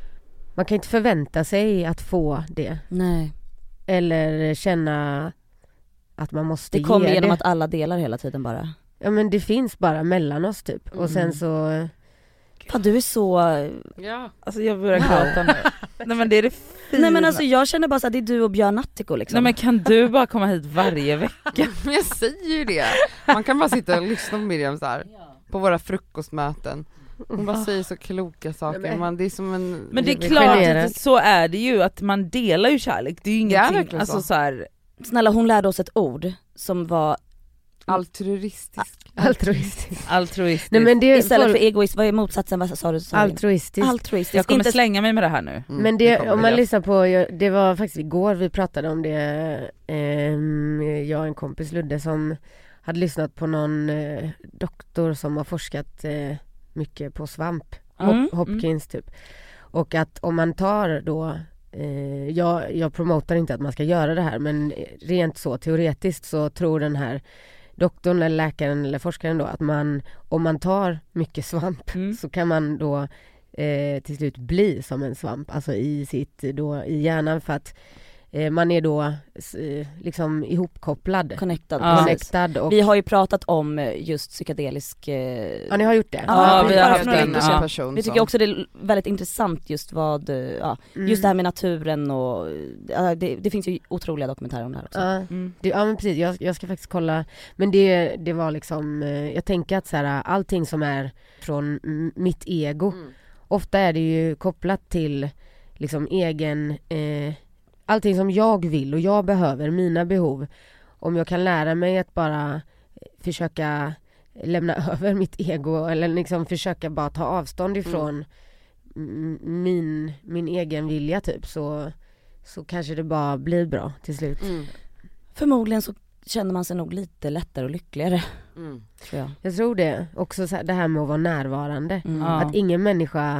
man kan inte förvänta sig att få det. Nej. Eller känna att man måste Det kommer ge genom det. att alla delar hela tiden bara. Ja men det finns bara mellan oss typ. Och sen Mm. så Fan, du är så... Ja. Alltså jag börjar gråta nu. Nej men det är det fina. Nej men alltså jag känner bara så att det är du och Björn Attiko liksom. Nej men kan du bara komma hit varje vecka? Men jag säger ju det. Man kan bara sitta och lyssna på Miriam så här på våra frukostmöten. Hon bara säger så kloka saker. Nej, men- Man, det är som en... Men det är Vi klart generar. att så är det ju, att man delar ju kärlek. Det är ju Det är ingenting, verkligen alltså så. så här, Snälla, hon lärde oss ett ord som var altruistisk. altruistiskt. altruistiskt. Nej men det istället folk- för egoist, vad är motsatsen? Vad sa du? Sorry. altruistiskt. Altruistiskt. jag kommer Inte... slänga mig med det här nu. Mm, Men det, kommer om man det. lyssnar på, jag- det var faktiskt igår vi pratade om det, ehm, jag och en kompis Ludde som hade lyssnat på någon eh, doktor som har forskat eh, mycket på svamp, Mm, Hop- Hopkins typ. Och att om man tar då, eh, jag, jag promotar inte att man ska göra det här, men rent så teoretiskt så tror den här doktorn eller läkaren eller forskaren då att man, om man tar mycket svamp Mm. så kan man då eh, till slut bli som en svamp, alltså i sitt då, i hjärnan, för att eh, man är då eh, liksom ihopkopplad, Connectad. Ja. precis. connectad och Vi har ju pratat om eh, just psykedelisk... Eh... ja, ni har gjort det? Ja, vi vi har har haft några en veckor ja. sedan. person Vi som- tycker också det är väldigt intressant just vad, eh, ja, Mm. just det här med naturen och ja, det, det finns ju otroliga dokumentärer om det här också. Ja. Mm. Det, ja men precis, jag, jag ska faktiskt kolla. Men det, det var liksom, eh, jag tänker att så här, allting som är från mm, mitt ego, Mm. ofta är det ju kopplat till liksom egen, eh, allting som jag vill och jag behöver, mina behov. Om jag kan lära mig att bara försöka lämna över mitt ego eller liksom försöka bara ta avstånd ifrån mm. min, min egen vilja typ, så, så kanske det bara blir bra till slut. Mm. Förmodligen så känner man sig nog lite lättare och lyckligare, Mm. tror jag. Jag tror det. Också så här, det här med att vara närvarande. Mm. Ja. Att ingen människa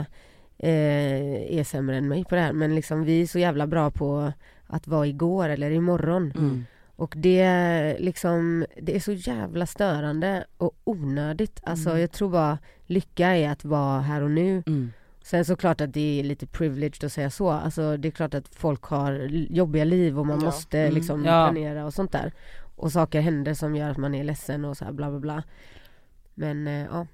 eh, är sämre än mig på det här. Men liksom, vi är så jävla bra på att vara igår eller imorgon. Mm. Och det är liksom, det är så jävla störande och onödigt. Alltså Mm. jag tror bara lycka är att vara här och nu. Mm. Sen så klart att det är lite privileged att säga så. Alltså det är klart att folk har jobbiga liv och man Ja. måste Mm. liksom Ja. planera och sånt där. Och saker händer som gör att man är ledsen och så här bla bla bla. Men eh, ja.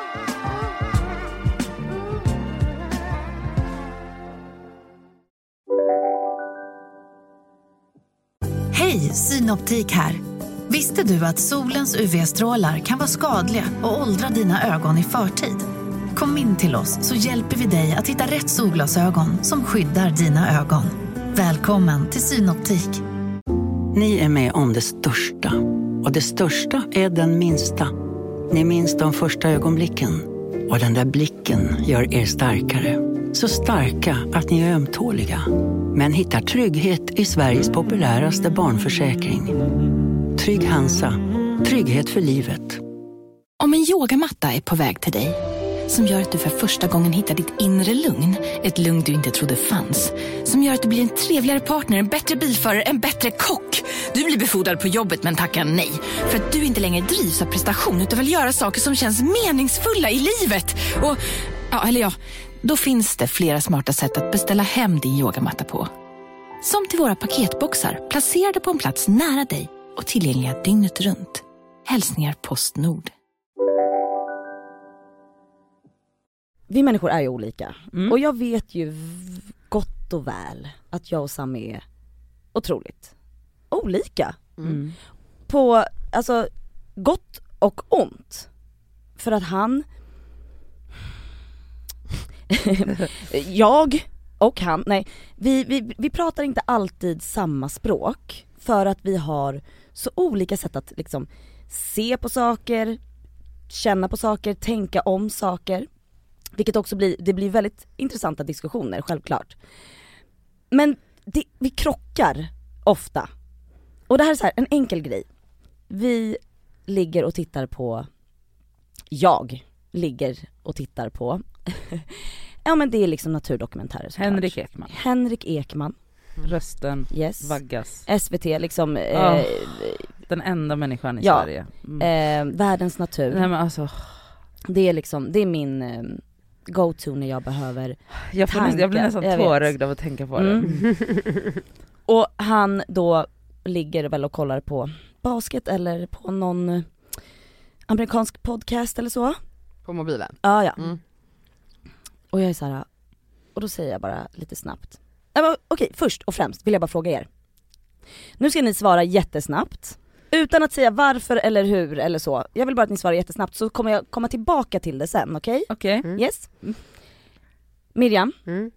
Hej, Synoptik här. Visste du att solens U V-strålar kan vara skadliga och åldra dina ögon i förtid? Kom in till oss så hjälper vi dig att hitta rätt solglasögon som skyddar dina ögon. Välkommen till Synoptik. Ni är med om det största. Och det största är den minsta. Ni minns de första ögonblicken. Och den där blicken gör er starkare. Så starka att ni är ömtåliga. Men hittar trygghet i Sveriges populäraste barnförsäkring. Trygg Hansa. Trygghet för livet. Om en yogamatta är på väg till dig, som gör att du för första gången hittar ditt inre lugn, ett lugn du inte trodde fanns, som gör att du blir en trevligare partner, en bättre bilförare, en bättre kock. Du blir befordrad på jobbet men tackar nej, för att du inte längre drivs av prestation utan vill göra saker som känns meningsfulla i livet. Och, ja, eller ja, då finns det flera smarta sätt att beställa hem din yogamatta på. Som till våra paketboxar, placerade på en plats nära dig och tillgängliga dygnet runt. Hälsningar Postnord. Vi människor är ju olika. Mm. Och jag vet ju v- gott och väl att jag och Sam är otroligt olika. Mm. På, alltså, gott och ont. För att han jag och han, nej, vi, vi, vi pratar inte alltid samma språk. För att vi har så olika sätt att liksom se på saker, känna på saker, tänka om saker. Vilket också blir, det blir väldigt intressanta diskussioner, självklart. Men det, vi krockar ofta. Och det här är så här, en enkel grej. Vi ligger och tittar på, jag ligger och tittar på, ja men det är liksom naturdokumentärer såklart. Henrik Ekman. Henrik Ekman, Rösten, yes. vaggas. S V T liksom, Oh, eh, den enda människan i ja. Sverige. Mm. eh, världens natur. Nej men alltså, Det är liksom, det är min eh, go-to när jag behöver jag, får nästan, jag blir tankar. nästan Jag vet. tårögd av att tänka på det. Mm. Och han då ligger väl och kollar på basket eller på någon amerikansk podcast eller så. På mobilen. Ja, ja. Mm. Och jag är så här, och då säger jag bara lite snabbt. Äh, men, okej, först och främst vill jag bara fråga er. Nu ska ni svara jättesnabbt. Utan att säga varför eller hur eller så. Jag vill bara att ni svarar jättesnabbt så kommer jag komma tillbaka till det sen, okej? Okej. Mm. Yes? Miriam, Mm.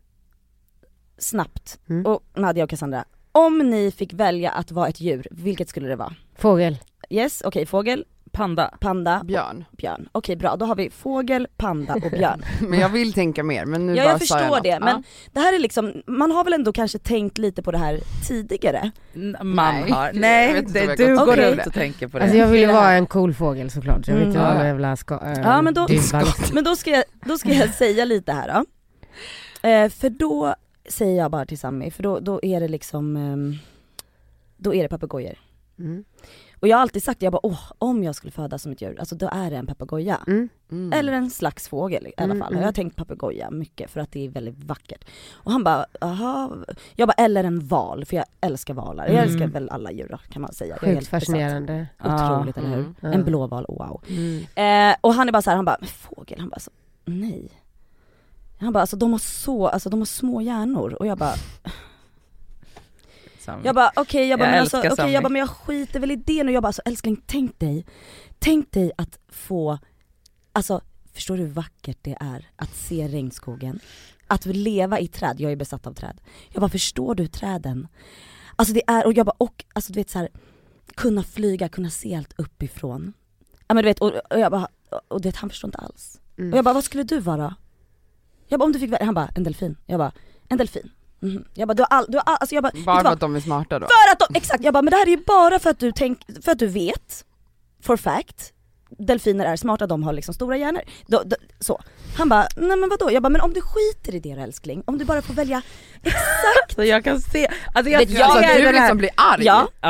snabbt. Mm. Och Nadia och Cassandra. Om ni fick välja att vara ett djur, vilket skulle det vara? Fågel. Yes, okej, fågel, Panda. panda, Björn. björn. Okej, bra. Då har vi fågel, panda och björn. Men jag vill tänka mer, men nu Ja, bara jag sa jag förstår något. det, men Ja. det här är liksom, man har väl ändå kanske tänkt lite på det här tidigare. N- Man Nej. har, Jag nej vet inte det, om jag du kan går tro runt det. och tänker på det. Alltså jag vill ju Det här. vara en cool fågel såklart. Jag vill inte Mm. vara Ja. någon jävla ska, äh, Ja, men då- duva. Men då ska jag, då ska jag säga lite här då. Eh, för då säger jag bara till Sammy, för då, då är det liksom, ehm, då är det papegojor. Mm. Och jag har alltid sagt, jag bara, åh, om jag skulle födas som ett djur, alltså då är det en papegoja. Mm. Mm. Eller en slags fågel i alla Mm, fall. mm. Jag har tänkt papegoja mycket för att det är väldigt vackert. Och han bara, aha. Jag bara, eller en val, för jag älskar valar. Jag Mm. älskar väl alla djur då, kan man säga. Jag är helt Sjukt fascinerande. besatt. Otroligt, Ja. eller hur? Mm. Ja. En blåval, wow. Mm. Eh, och han är bara så här, han bara, men fågel, han bara så, nej. Han bara, alltså de har så, alltså de har små hjärnor. Och jag bara, Sammy. jag bara okej, okay, jag bara, Jag men alltså, älskar okej, Sammy. jag bara, men jag skiter väl i det nu. Jag bara, alltså älskling, tänk dig, tänk dig att få, alltså förstår du hur vackert det är att se regnskogen, att leva i träd. Jag är besatt av träd. Jag bara, förstår du träden? Alltså det är, och jag bara, och alltså du vet så här, kunna flyga, kunna se allt uppifrån. Ja men du vet, och, och jag bara, och det, han förstår inte alls. Mm. Och jag bara, vad skulle du vara? Jag bara, om du fick välja, han bara, en delfin. Jag bara, en delfin. Mhm. Jag bara, du har all, du har all, alltså jag bara, vet Bara du för vad? att de är smarta då. För att de, exakt, jag bara, men det här är ju bara för att du tänk, för att du vet, for fact, delfiner är smarta, de har liksom stora hjärnor. Då, då, så. Han bara, nej men vadå? Jag bara, men om du skiter i det då, älskling, om du bara får välja exakt. Så jag kan se, alltså jag, Vet jag- Alltså ser du den här- liksom blir arg. Ja, Ja.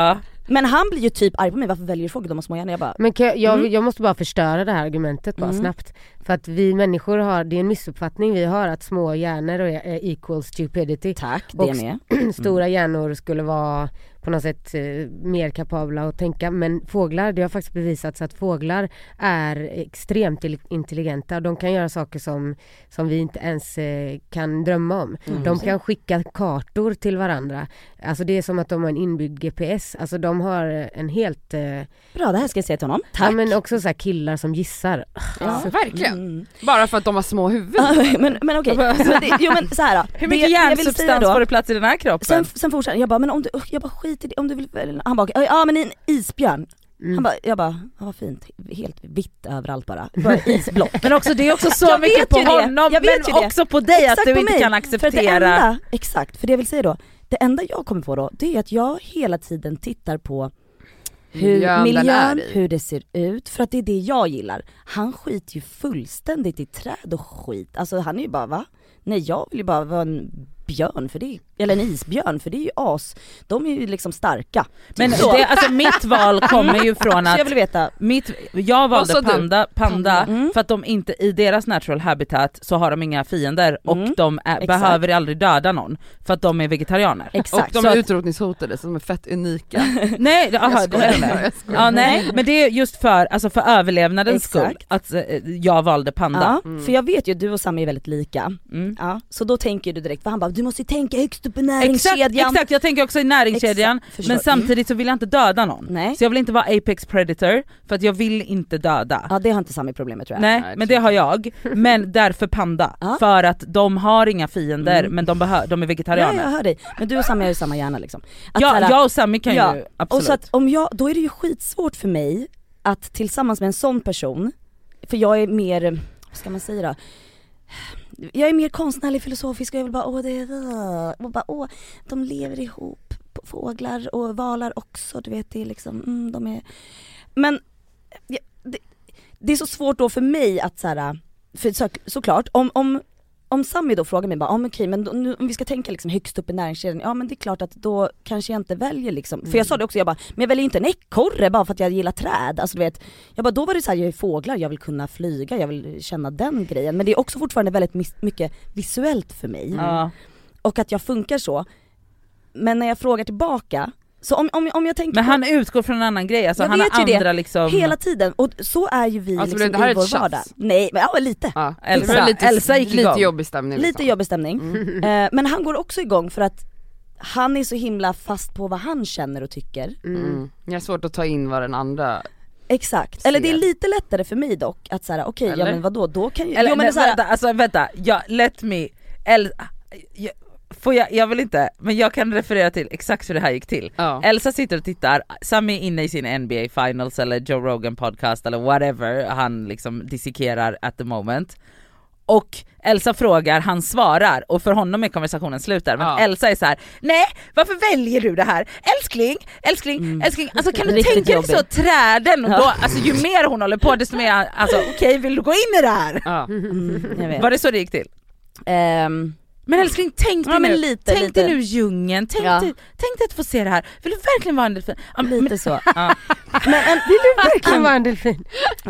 Men han blir ju typ arg på mig, varför väljer du fågel? De har små hjärnor. Jag bara, Men kan jag, jag, Mm. jag måste bara förstöra det här argumentet bara Mm. snabbt. För att vi människor har, det är en missuppfattning vi har att små hjärnor är är equal stupidity. tack, det Och är med. Stora hjärnor skulle vara på något sätt eh, mer kapabla att tänka. Men fåglar, det har faktiskt bevisats att fåglar är extremt il- intelligenta. De kan göra saker som, som vi inte ens eh, kan drömma om. Mm. De kan skicka kartor till varandra. Alltså det är som att de har en inbyggd G P S. Alltså de har en helt... Eh, Bra, det här ska jag säga till honom. Tack. ja, men också så här killar som gissar. Ja, verkligen. Mm. Bara för att de har små huvuden. Ja, men, men okej, men det, jo men så här då. Hur Det- mycket det jag vill hjärnsubstans säga då- får det plats i den här kroppen? Sen, sen fortsätter jag bara, men om du, jag bara skit i det, om du vill, han bara, ja men i en isbjörn. Mm. Han bara, jag bara, ja, vad fint, helt vitt överallt bara, bara isblock. Men också, det är också så Jag mycket vet på ju det. honom, Jag vet men ju det. också på dig Exakt att du på inte mig. kan För att det acceptera. enda, exakt, för det jag vill säga då, det enda jag kommer på då, det är att jag hela tiden tittar på hur Miljön miljön, den är i. hur det ser ut, för att det är det jag gillar. Han skiter ju fullständigt i träd och skit, alltså han är ju bara, va? Nej, jag vill ju bara vara en björn, för det är, eller en isbjörn, för det är ju as, de är ju liksom starka. Men Så. det, alltså mitt val kommer ju från Så jag att vill veta, mitt, jag valde Vad sa du? panda, panda Mm. för att de inte, i deras natural habitat så har de inga fiender och Mm. de är, Exakt. behöver aldrig döda någon för att de är vegetarianer. Och exakt. de så är att- utrotningshotade så de är fett unika. Nej, aha, det är skojar, det. jag skojar. Ja, nej, men det är just för, alltså för överlevnadens Exakt. skull att eh, jag valde panda. Ja, för jag vet ju att du och Sam är väldigt lika. Mm. Ja, så då tänker du direkt, för han bara, du måste ju tänka högst upp i Exakt, näringskedjan. exakt, jag tänker också i näringskedjan, Exakt, förstår. men samtidigt så vill jag inte döda någon. Nej. Så jag vill inte vara apex predator för att jag vill inte döda. Ja, det har inte Sam i problemet tror jag. Nej, Nej, men det har jag, men därför panda. Ja. För att de har inga fiender Mm. men de, behö- de är Ja, vegetarianer. jag hör dig. Men du och Sam har ju samma hjärna liksom. Att Ja, såhär, jag och Sammy kan ja, ju och absolut. så att om jag, då är det ju skitsvårt för mig att tillsammans med en sån person, för jag är mer, vad ska man säga då? Jag är mer konstnärlig, filosofisk och jag vill bara, åh det är, och bara, åh, de lever ihop, fåglar och valar också, du vet det är liksom, mm, de är, men ja, det, det är så svårt då för mig att såhär, för så, såklart, om, om om Sammy då frågar mig bara, ja ah, men okej, men då, nu, om vi ska tänka liksom högst upp i näringskedjan, ja men det är klart att då kanske jag inte väljer liksom, för jag sa det också, jag bara, men jag väljer inte en ekorre bara för att jag gillar träd, alltså du vet, jag bara, då var det så här, jag är fåglar, jag vill kunna flyga, jag vill känna den grejen, men det är också fortfarande väldigt mis- mycket visuellt för mig, Ja. och att jag funkar så, men när jag frågar tillbaka, så om, om, om jag tänker Men på, han utgår från en annan grej, alltså Jag han vet har ju det. andra liksom... hela tiden, och så är ju vi Alltså, liksom det här är i ett vår tjafs. vardag. Nej, men ja lite. Ja. Elsa- Det var lite, Elsa gick lite igång. jobbig stämning liksom. Lite jobbig stämning. Eh, men han går också igång för att han är så himla fast på vad han känner och tycker. Mm. Jag har svårt att ta in vad den andra. Exakt. Ser. Eller det är lite lättare för mig dock att säga okej, ja Eller? men vadå, då kan ju... Eller jo, men nej, så här, vänta, alltså vänta, ja, let me, El, jag, får jag, jag vill inte, men jag kan referera till exakt hur det här gick till. Ja. Elsa sitter och tittar, Sammy är inne i sin N B A finals eller Joe Rogan podcast eller whatever han liksom dissekerar at the moment. Och Elsa frågar, han svarar och för honom är konversationen slut där. Men Ja. Elsa är så här: nej varför väljer du det här? Älskling, älskling, Mm. älskling, alltså kan du Riktigt tänka dig jobbig. så träden och Ja. då, alltså ju mer hon håller på desto mer, alltså okej vill du gå in i det här? Ja. mm, jag vet. Var det så det gick till? Ehm, Men älskling, tänk dig Ja, men nu, lite, tänk lite. dig nu djungeln, tänk, Ja. dig, tänk dig att få se det här, vill du verkligen vara en delfin? Ja, men- lite så. Ja. Men, men, vill du Han verkligen... var en delfin.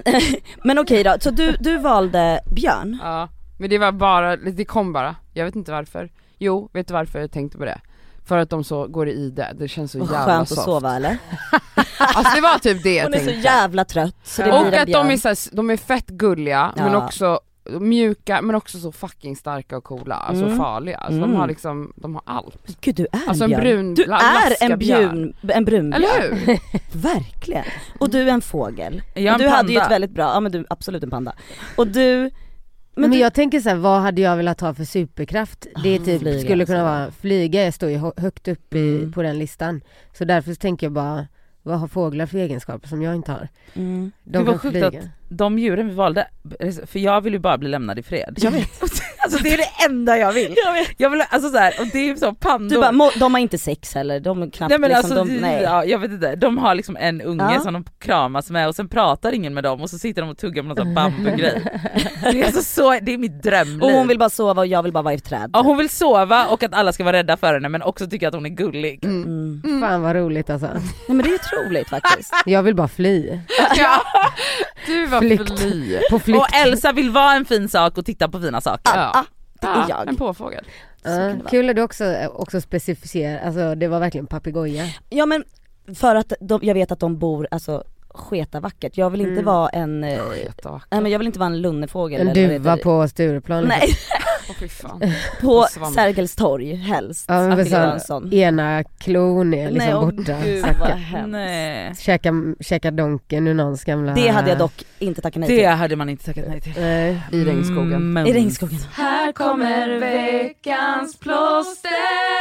men okej då, så du, du valde björn? Ja. Men det var bara, det kom bara. Jag vet inte varför. Jo, vet du varför jag tänkte på det? För att de så går i det, det känns så Vad jävla skönt soft. att sova eller? Alltså det var typ det jag Hon är så tänkte. jävla trött så det Och blir en att björn. de är, så här, de är fett gulliga men Ja. också mjuka men också så fucking starka och coola, alltså Mm. farliga. Alltså Mm. de har liksom, de har allt. Gud du är Alltså en en björn. brun Du la- är laska en björn, en brunbjörn. Eller hur? Verkligen. Och du är en fågel. Jag är Och en du hade ju panda. ett väldigt bra, ja men du absolut en panda. Och du, Men, du, jag tänker så här, vad hade jag velat ha för superkraft? Det är Ah, typ, flyga, skulle kunna alltså. vara flyga, jag står ju hö- högt upp i, Mm. på den listan. Så därför tänker jag bara, vad har fåglar för egenskaper som jag inte har? mm. De Det var kan sjukt flyga. att de djuren vi valde, för jag vill ju bara bli lämnad i fred. Jag vet. Alltså det är det enda jag vill. Jag vet. Jag vill, alltså så här, och det är ju så pandor. Du bara, må, de har inte sex heller, de är knappt Nej men liksom, alltså, de, nej. ja, jag vet inte, de har liksom en unge Ja. som de kramas med och sen pratar ingen med dem och så sitter de och tuggar på någon sån bambugrej. Det är alltså så, det är mitt drömliv. Och hon vill bara sova och jag vill bara vara i ett träd. Ja, hon vill sova och att alla ska vara rädda för henne men också tycka att hon är gullig. Mm. Mm. Mm. Mm. Fan vad roligt alltså. Nej men det är otroligt faktiskt. Jag vill bara fly. Ja, du var Flykt. fly. På flykt. Och Elsa vill vara en fin sak och titta på fina saker. Ja. Ah, det är Ja, jag. en påfågel. Ja, kul att du också, också specificerar, alltså det var verkligen papegoja. Ja men för att de, jag vet att de bor alltså sketa vackert. Jag vill inte Mm. vara en eh, nej men jag vill inte vara en lunnefågel En eller vad duva heter det? på Stureplan. Nej, Åh fy fan. på svamp. Sergels torg helst. Ja, men Att det så var här, en sån. ena klon är liksom Nej, åh borta. gud, Sacka. vad hemskt. Nej. Käka, käka donken ur någons gamla... Det hade jag dock inte tackat nej Det till. hade man inte tackat nej till. Nej. I regnskogen. Men- I regnskogen. Här kommer veckans plåster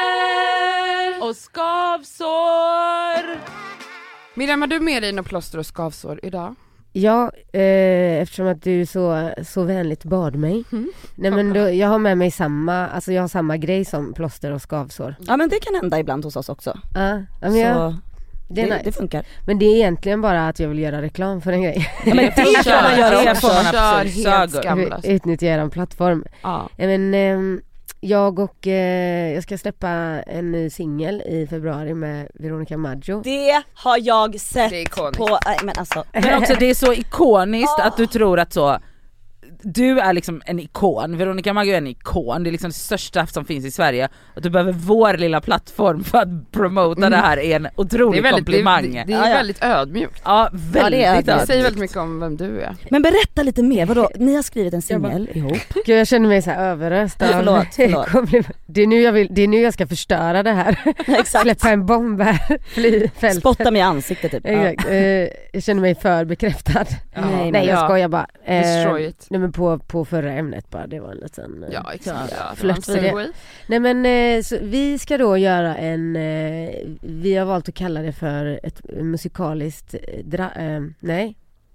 Och skavsår. Miriam, har du med dig några plåster och skavsår idag? Ja, eh, eftersom att du så, så vänligt bad mig. Mm. Nej men då, jag har med mig samma, alltså jag har samma grej som plåster och skavsår. Ja men det kan hända ibland hos oss också. Ja, ja, men, Så jag, det, det är nice. det funkar. Men det är egentligen bara att jag vill göra reklam för en grej. Ja, men det kan man göra Det också. får man Kör absolut. helt Sagor. skamlöst. Utnyttja er plattform. Ja. Ja, men, ehm, jag och eh, jag ska släppa en ny singel i februari med Veronica Maggio. Det har jag sett Det är ikoniskt. på, nej men alltså. Men också det är så ikoniskt att du tror att så du är liksom en ikon, Veronica Maggio är en ikon, det är liksom det största som finns i Sverige, och du behöver vår lilla plattform för att promota Mm. det här är en Det otrolig är väldigt, komplimang. det, det, det ja, är Ja, ja. väldigt ödmjukt. väldigt Ja, det är Det ödmjukt. säger väldigt mycket om vem du är. Men berätta lite mer, vadå? Ni har skrivit en singel ihop. Gud, jag känner mig så här överröst av Förlåt, förlåt. komplim- det, är nu jag vill, det är nu jag ska förstöra det här. Exakt. Släppa en bomb här, fly fältet. Spotta mig i ansiktet typ. Exakt. Eh, jag känner mig för bekräftad. Ja. Nej, Nej jag Ja. skojar bara. Eh, Destroy it. nej men på, på förra ämnet bara, det var en liten... eh, Ja, exakt. Ja, flört för det. segway. Nej men eh, så vi ska då göra en, eh, vi har valt att kalla det för ett musikaliskt, eh, dra, eh, nej,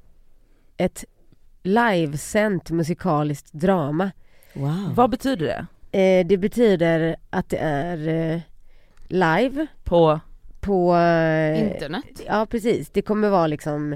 ett livesänt musikaliskt drama. Wow. Vad betyder det? Eh, det betyder att det är eh, live På på... Eh, Internet. Ja precis, det kommer vara liksom...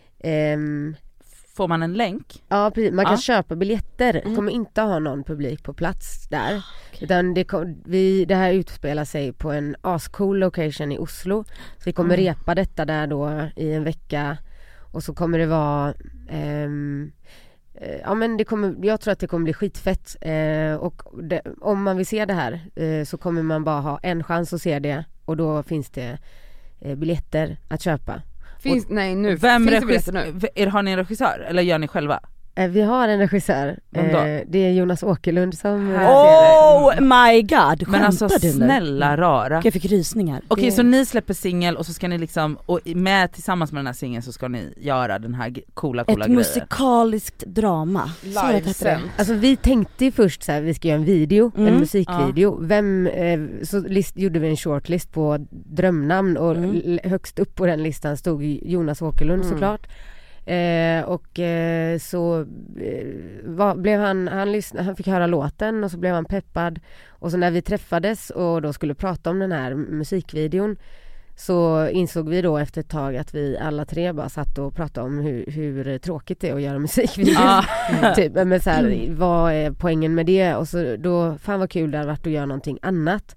ehm, får man en länk? Ja precis, man kan Ja. köpa biljetter, Mm. kommer inte ha någon publik på plats där. Utan det, kom, vi, det här utspelar sig på en ascool location i Oslo. Så vi kommer Mm. repa detta där då i en vecka. Och så kommer det vara ehm, eh, ja men det kommer, jag tror att det kommer bli skitfett. Eh, och det, om man vill se det här eh, så kommer man bara ha en chans att se det. Och då finns det eh, biljetter att köpa. Finns, nej nu, Vem finns det biljetter regissör, nu? är, har ni en regissör eller gör ni själva? Eh, vi har en regissör. Vem då? Eh, det är Jonas Åkerlund som... Här. Oh my god, skämtar Men alltså du nu? snälla rara. Jag fick rysningar. Okej, Det- så ni släpper singel och så ska ni liksom, och med tillsammans med den här singeln så ska ni göra den här g- coola coola Ett grejen. musikaliskt drama. Så det heter det. Livesänd. Alltså vi tänkte ju först så här, vi ska göra en video, Mm. en musikvideo. Vem, eh, så list, gjorde vi en shortlist på drömnamn och Mm. l- högst upp på den listan stod Jonas Åkerlund Mm. såklart. Eh, och eh, så eh, var, blev han, han, lyssnade, han fick höra låten och så blev han peppad. Och så när vi träffades och då skulle prata om den här musikvideon så insåg vi då efter ett tag att vi alla tre bara satt och pratade om hur, hur tråkigt det är att göra musikvideo. Ja. typ, men så här, vad är poängen med det? Och så då, fan vad kul det hade varit att göra någonting annat.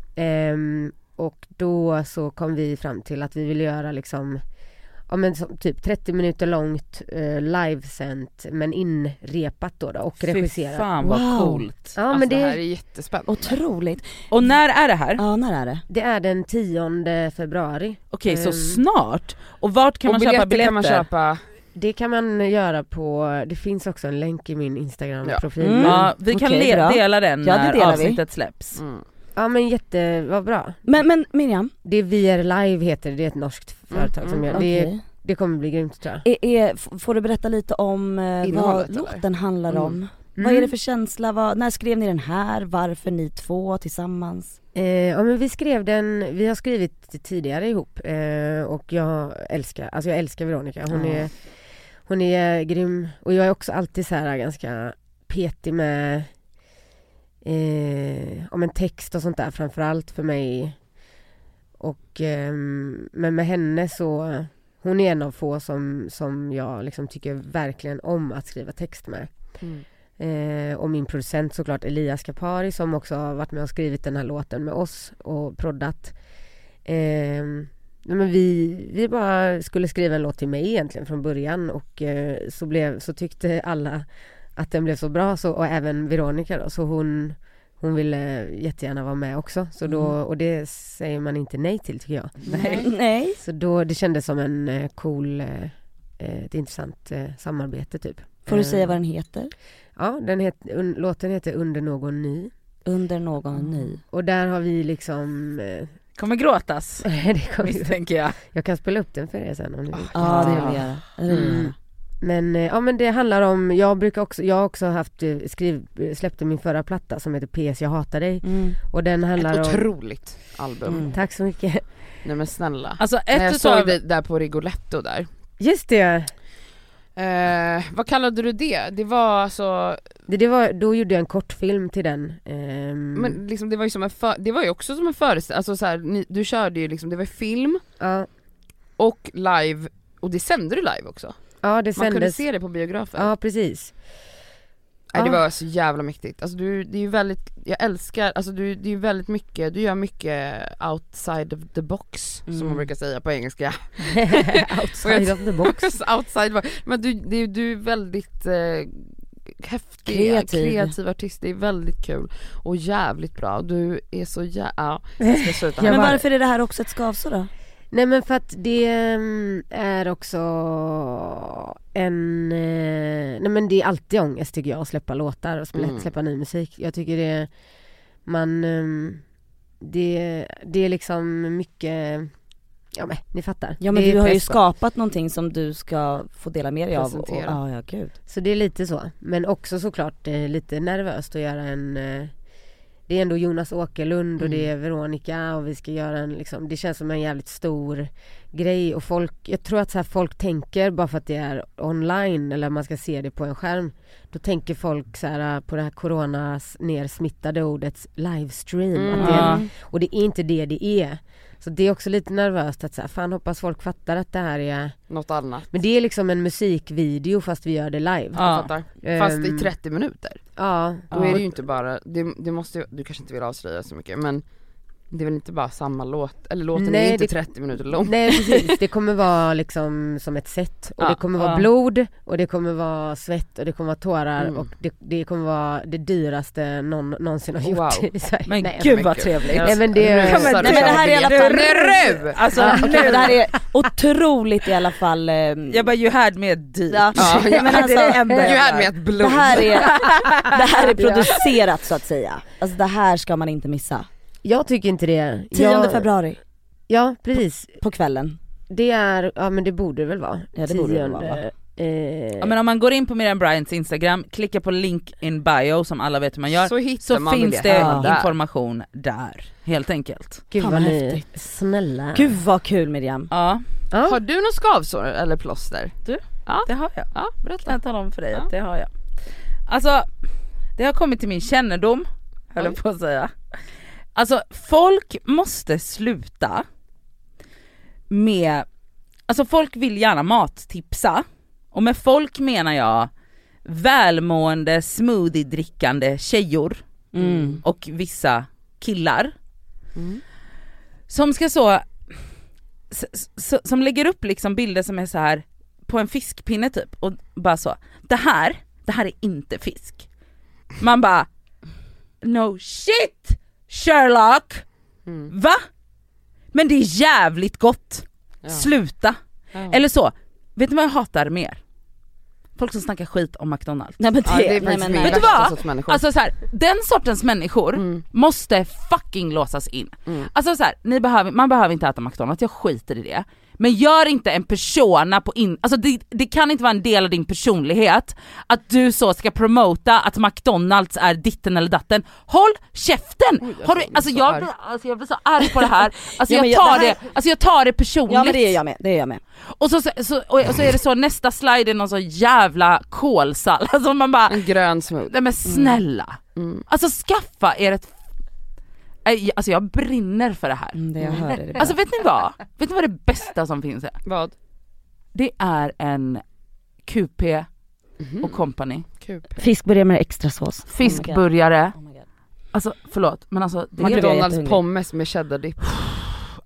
Ehm, och då så kom vi fram till att vi ville göra liksom, ja men som, typ trettio minuter långt eh, livesänt men inrepat då, då och Fy regisserat. fan vad Wow. coolt. Ja Alltså, men det här är det, jättespännande. Otroligt. Och när är det här? Ja, när är det? det är den tionde februari. Okej, så Ehm. snart. Och vart kan Och man köpa biljetter? kan man köpa. Det kan man göra på, det finns också en länk i min Instagram-profil. Ja. Mm. Ja, vi kan Okej, le- bra. dela den Ja, det när delar vi. avsnittet släpps. Mm. Ja men jätte, vad bra. Men, men Miriam, Det är V R Live heter det, det är ett norskt företag Mm, som mm, gör det. okej. Det kommer bli grymt tror jag. Är, är, f- får du berätta lite om eh, Innehållet, vad eller? låten handlar Mm. om? Vad är det för känsla? Vad, när skrev ni den här? Varför ni två tillsammans? Eh, ja men vi skrev den, vi har skrivit tidigare ihop eh, och jag älskar, alltså jag älskar Veronica. Hon Ja. är hon är grym och jag är också alltid så här ganska petig med eh, om en text och sånt där framförallt för mig. Och ehm, men med henne så, hon är en av få som, som jag liksom tycker verkligen om att skriva text med. Mm. Eh, och min producent såklart Elias Kapari som också har varit med och skrivit den här låten med oss och proddat. Eh, nej men vi, vi bara skulle skriva en låt till mig egentligen från början och eh, så, blev, så tyckte alla att den blev så bra så, och även Veronica då, så hon, hon ville jättegärna vara med också så då, och det säger man inte nej till tycker jag. Nej. nej. Så då, det kändes som en eh, cool, eh, ett intressant eh, samarbete typ. Får du säga vad den heter? Ja, den het, un, låten heter Under någon ny. Under någon mm. ny. Och där har vi liksom... Eh, kommer gråtas. det kommer tänker jag. Jag kan spela upp den för er sen om ni vill. Ja, det vill jag göra. Mm. Men eh, ja men det handlar om, jag brukar också, jag har också haft eh, skriv, släppte min förra platta som heter P S jag hatar dig. Mm. Och den handlar ett om... otroligt album. Mm. Tack så mycket. Nej men snälla. Alltså ett När jag utav... såg det där på Rigoletto där. Just det. Eh, vad kallade du det? Det var alltså... Det, det var, då gjorde jag en kortfilm till den. Um... Men liksom det var ju som en för... det var ju också som en föreställning. Alltså så här, ni, du körde ju liksom, det var film ja. och live, och det sände du live också. Ja, det Man sändes. kunde se det på biografen. Ja, precis. Nej, det ja. var så jävla mäktigt. Alltså du, det är ju väldigt, jag älskar, alltså du, det är ju väldigt mycket, du gör mycket outside of the box, mm. som man brukar säga på engelska. Outside of the box. Outside, men du, det, du är väldigt eh, häftig, kreativ. kreativ artist, det är väldigt kul och jävligt bra. Du är så jävla, ja, jag ska sluta. Men varför är det här också ett skavsår då? Nej men för att det är också en, nej men det är alltid ångest tycker jag att släppa låtar och släppa, mm. släppa ny musik. Jag tycker det, man, det, det är liksom mycket, ja men ni fattar. Ja men det du har ju press. skapat någonting som du ska få dela med dig av. Och, ja, ja gud. Så det är lite så, men också såklart lite nervöst att göra en... Det är ändå Jonas Åkerlund och mm. det är Veronica och vi ska göra en liksom, det känns som en jävligt stor grej och folk, jag tror att så här folk tänker bara för att det är online eller man ska se det på en skärm, då tänker folk så här på det här coronas nersmittade ordets livestream mm. att det är, och det är inte det det är. Så det är också lite nervöst att så här, fan hoppas folk fattar att det här är något annat. Men det är liksom en musikvideo fast vi gör det live. Ja. Fattar. Um, fast i trettio minuter. Ja. Då är det ju inte bara, det, det måste, du kanske inte vill avslöja så mycket, men det är väl inte bara samma låt, eller låten nej, är inte det, trettio minuter lång. Nej precis, det kommer vara liksom som ett set och ja, det kommer vara ja. blod och det kommer vara svett och det kommer vara tårar mm. och det, det kommer vara det dyraste någon någonsin har gjort wow. i Sverige. Men nej, gud vad trevligt. Nej men det, nej, men, nej, men det här är i alla fall nu! Alltså, ja, okay, det här är otroligt i alla fall. Um... Jag bara you had me at dyrt. Ja. Ja, men alltså, det är det enda you jag had me at blod. Det här är, det här är producerat så att säga. Alltså det här ska man inte missa. Jag tycker inte det. tionde jag, februari. Ja, precis. På, på kvällen. Det är, ja men det borde det väl vara. Ja det borde det vara. Eh... Ja, men om man går in på Miriam Bryants Instagram, klickar på link in bio som alla vet hur man gör, så, så man finns det ja. information där, helt enkelt. Gud Fan, vad vad ni, häftigt. snälla. Gud vad kul Miriam. Ja. Ja. Har du någon skavsår eller plåster? Du, ja. det har jag. Ja, berätta. Kan jag tala om för dig ja. att det har jag. Alltså, det har kommit till min kännedom, höll jag på att säga. Alltså, folk måste sluta med, alltså folk vill gärna mattipsa, och med folk menar jag välmående, smoothie-drickande tjejor mm. och vissa killar mm. som ska så, s- s- som lägger upp liksom bilder som är så här på en fiskpinne typ, och bara så, det här, det här är inte fisk. Man bara, no shit Sherlock, mm. va? Men det är jävligt gott. Ja. Sluta. Ja. Eller så, vet ni vad jag hatar mer? Folk som snackar skit om McDonald's. Nej men det, ja, det är nej, men, nej. Vet du vad? Alltså så här, den sortens människor mm. måste fucking låsas in. Mm. Alltså så här, ni behöver, man behöver inte äta McDonald's, jag skiter i det. Men gör inte en persona på in... Alltså det, det kan inte vara en del av din personlighet att du så ska promota att McDonald's är ditten eller datten. Håll käften! Oj, Har du, alltså, jag blir, alltså jag blir så arg på det här. Alltså, ja, jag, tar jag, det, här... det, alltså jag tar det personligt. Ja men det är jag med, det är jag med. Och så, så, så, och så är det så, nästa slide är någon så jävla kolsall. Alltså man bara... En grön smoothie. Nej men snälla. Mm. Mm. Alltså skaffa er ett... Alltså jag brinner för det här. Mm, det jag hör det det alltså vet ni vad? Vet ni vad det bästa som finns är? Vad? Det är en Q P mm. och company. Q P. Fiskburgare med extra sås. Fiskburgare. Oh my God. Alltså förlåt, men alltså det är McDonald's pommes med cheddar dip.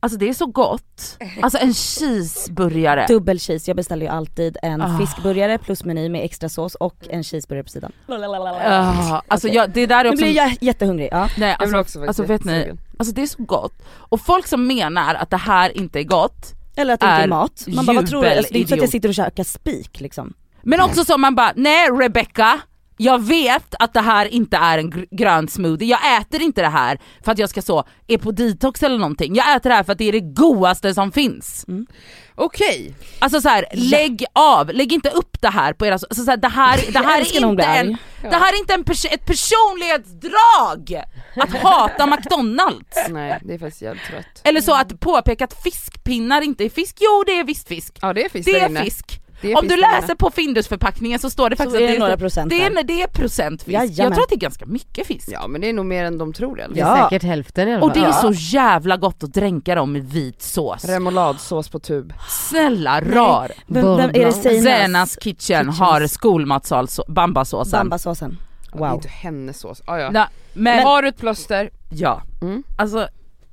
Alltså det är så gott. Alltså en cheeseburgare. Dubbel cheese, jag beställer ju alltid en Ah. fiskburgare plus meny med extra sås och en cheeseburgare på sidan. Uh, alltså Okej. jag, det där är Nu också... blir jag jättehungrig, ja. Nej, Jag vill alltså, också alltså vet ni, jättesugen. alltså det är så gott. Och folk som menar att det här inte är gott, Eller att det inte är är mat. Man bara, vad tror du? Alltså, det är inte så att jag jubelidiot. sitter och käkar spik liksom. men också så man bara, nej Rebecca, jag vet att det här inte är en gr- grön smoothie. Jag äter inte det här för att jag ska så, är på detox eller någonting. Jag äter det här för att det är det godaste som finns. Mm. Okej. Alltså så här, lägg av, lägg inte upp det här på era, alltså så här, det här, det här Jag är älskar när hon inte blir en, arg. det här är inte en pers- ett personlighetsdrag att hata McDonalds. Nej, det är faktiskt jävligt trött. Eller så att påpeka att fiskpinnar inte är fisk. Jo, det är visst fisk. Ja, det är fisk Det där är inne. fisk. Det är Om fisk du där inne. läser på Findus-förpackningen så står det faktiskt Så är att det det några är, procent det där. är, det är procent fisk. Jajamän. Jag tror att det är ganska mycket fisk. Ja, men det är nog mer än de tror i alla Det fall. är Ja. säkert hälften i alla fall. Och det är Ja. så jävla gott att dränka dem i vit sås. Remouladsås på tub. Snälla rar. Vem, vem är det Zeinas? Zenas Kitchen har skolmatsal, bambasåsen. Bambasåsen. Det är Wow. inte hennes sås. Ah, ja. Ja, men, Har du ett plåster? ja, Mm. alltså